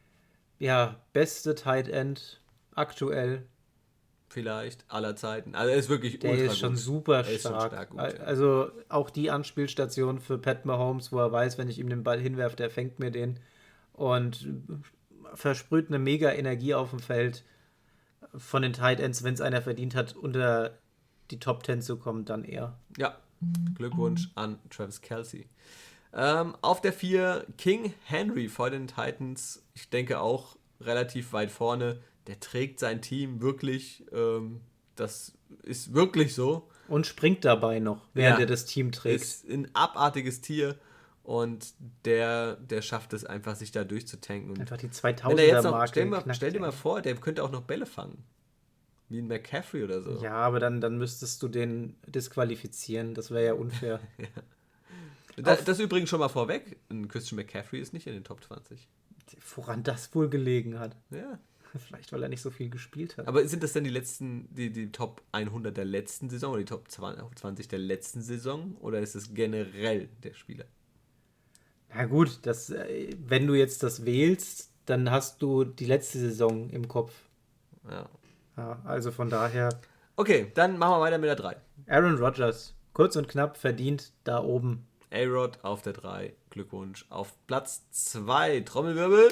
beste Tight End aktuell. Vielleicht aller Zeiten. Also er ist wirklich der ultra ist schon gut. super Er ist schon stark. stark gut, Also auch die Anspielstation für Pat Mahomes, wo er weiß, wenn ich ihm den Ball hinwerfe, der fängt mir den und versprüht eine mega Energie auf dem Feld. Von den Tight Ends, wenn es einer verdient hat, unter die Top 10 zu kommen, dann er. Ja, Glückwunsch an Travis Kelce. Auf der 4 King Henry vor den Titans. Ich denke auch relativ weit vorne. Der trägt sein Team wirklich. Das ist wirklich so. Und springt dabei noch, während er das Team trägt. Ist ein abartiges Tier. Und der schafft es einfach, sich da durchzutanken. Und einfach die 2000er-Marke. Stell dir mal vor, der könnte auch noch Bälle fangen. Wie ein McCaffrey oder so. Ja, aber dann müsstest du den disqualifizieren. Das wäre ja unfair. Ja. Das übrigens schon mal vorweg. Ein Christian McCaffrey ist nicht in den Top 20. Woran das wohl gelegen hat. Ja. Vielleicht, weil er nicht so viel gespielt hat. Aber sind das denn die Top 100 der letzten Saison oder die Top 20 der letzten Saison? Oder ist es generell der Spieler? Na gut, wenn du jetzt das wählst, dann hast du die letzte Saison im Kopf. Ja. Ja, also von daher. Okay, dann machen wir weiter mit der 3. Aaron Rodgers, kurz und knapp, verdient da oben. A-Rod auf der 3, Glückwunsch. Auf Platz 2, Trommelwirbel.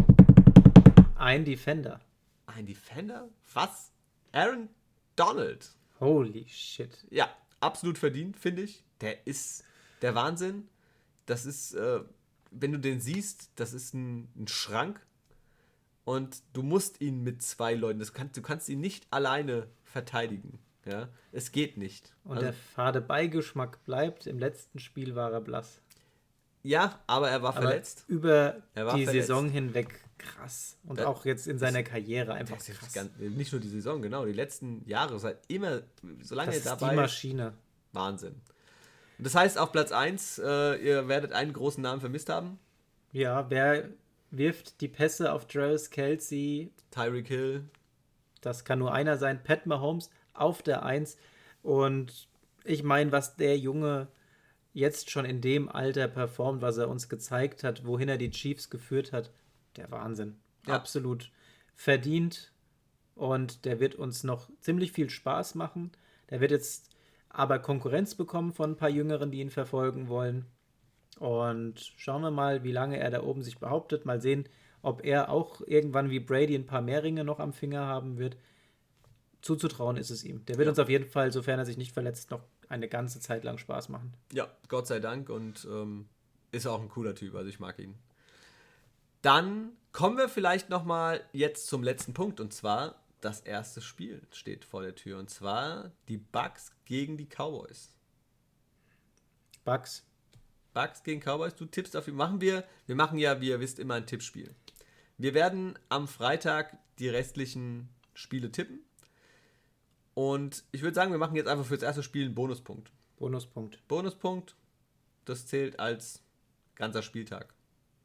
Ein Defender. Ein Defender? Was? Aaron Donald. Holy shit. Ja, absolut verdient, finde ich. Der ist der Wahnsinn. Das ist, wenn du den siehst, das ist ein Schrank. Und du musst ihn mit 2 Leuten, du kannst ihn nicht alleine verteidigen. Ja? Es geht nicht. Und der fade Beigeschmack bleibt. Im letzten Spiel war er blass. Ja, aber er war verletzt. Über die Saison hinweg krass. Und auch jetzt in seiner Karriere einfach krass. Nicht nur die Saison, genau. Die letzten Jahre, seit immer, solange er dabei ist. Das ist die Maschine. Wahnsinn. Und das heißt, auf Platz 1, ihr werdet einen großen Namen vermisst haben. Ja, wer wirft die Pässe auf Travis Kelce? Tyreek Hill. Das kann nur einer sein. Pat Mahomes auf der 1. Und ich meine, was der Junge jetzt schon in dem Alter performt, was er uns gezeigt hat, wohin er die Chiefs geführt hat, der Wahnsinn. Ja. Absolut verdient. Und der wird uns noch ziemlich viel Spaß machen. Der wird jetzt aber Konkurrenz bekommen von ein paar Jüngeren, die ihn verfolgen wollen. Und schauen wir mal, wie lange er da oben sich behauptet. Mal sehen, ob er auch irgendwann wie Brady ein paar mehr Ringe noch am Finger haben wird. Zuzutrauen ist es ihm. Der wird uns auf jeden Fall, sofern er sich nicht verletzt, noch eine ganze Zeit lang Spaß machen. Ja, Gott sei Dank und ist auch ein cooler Typ, also ich mag ihn. Dann kommen wir vielleicht nochmal jetzt zum letzten Punkt und zwar das erste Spiel steht vor der Tür und zwar die Bucks gegen die Cowboys. Bucks. Bucks gegen Cowboys, du tippst auf ihn. Wir machen ja, wie ihr wisst, immer ein Tippspiel. Wir werden am Freitag die restlichen Spiele tippen. Und ich würde sagen, wir machen jetzt einfach für das erste Spiel einen Bonuspunkt. Bonuspunkt, das zählt als ganzer Spieltag.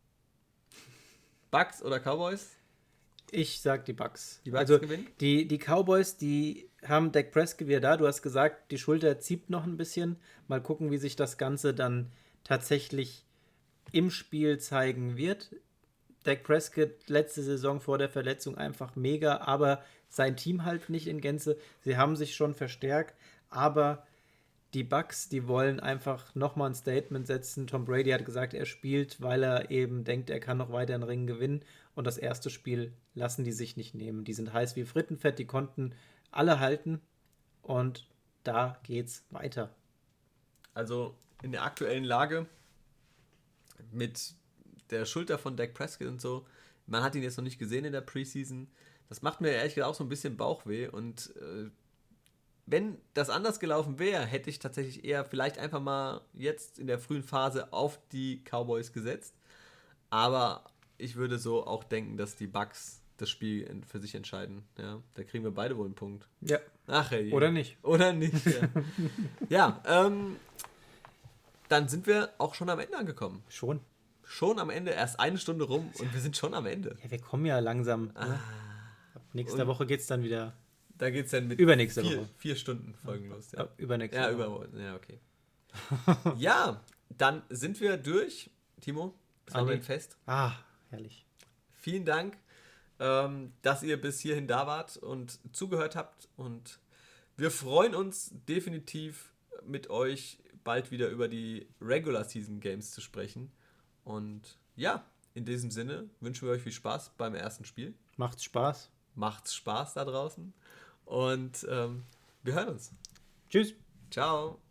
Bucks oder Cowboys? Ich sag die Bucks. Die Bucks also gewinnen? Die Cowboys, die haben Dak Prescott wieder da. Du hast gesagt, die Schulter zieht noch ein bisschen. Mal gucken, wie sich das Ganze dann tatsächlich im Spiel zeigen wird. Dak Prescott letzte Saison vor der Verletzung einfach mega, aber sein Team halt nicht in Gänze. Sie haben sich schon verstärkt, aber die Bucks, die wollen einfach nochmal ein Statement setzen. Tom Brady hat gesagt, er spielt, weil er eben denkt, er kann noch weiter einen Ring gewinnen. Und das erste Spiel lassen die sich nicht nehmen. Die sind heiß wie Frittenfett, die konnten alle halten. Und da geht's weiter. Also in der aktuellen Lage mit der Schulter von Dak Prescott und so, man hat ihn jetzt noch nicht gesehen in der Preseason. Das macht mir ehrlich gesagt auch so ein bisschen Bauchweh und wenn das anders gelaufen wäre, hätte ich tatsächlich eher vielleicht einfach mal jetzt in der frühen Phase auf die Cowboys gesetzt. Aber ich würde so auch denken, dass die Bucks das Spiel für sich entscheiden. Ja, da kriegen wir beide wohl einen Punkt. Ja. Ach, ey. Oder nicht. Oder nicht, ja. Ja, dann sind wir auch schon am Ende angekommen. Schon am Ende, erst eine Stunde rum und wir sind schon am Ende. Ja, wir kommen ja langsam. Ne? Ab nächster Woche geht's dann wieder. Da geht's dann mit übernächste Woche. 4 Stunden Folgen los. Ja. Übernächste Woche. Ja, okay. Ja, dann sind wir durch. Timo, das haben wir ein Fest. Herrlich. Vielen Dank, dass ihr bis hierhin da wart und zugehört habt. Und wir freuen uns definitiv mit euch bald wieder über die Regular Season Games zu sprechen. Und ja, in diesem Sinne wünschen wir euch viel Spaß beim ersten Spiel. Macht's Spaß. Macht's Spaß da draußen. Und wir hören uns. Tschüss. Ciao.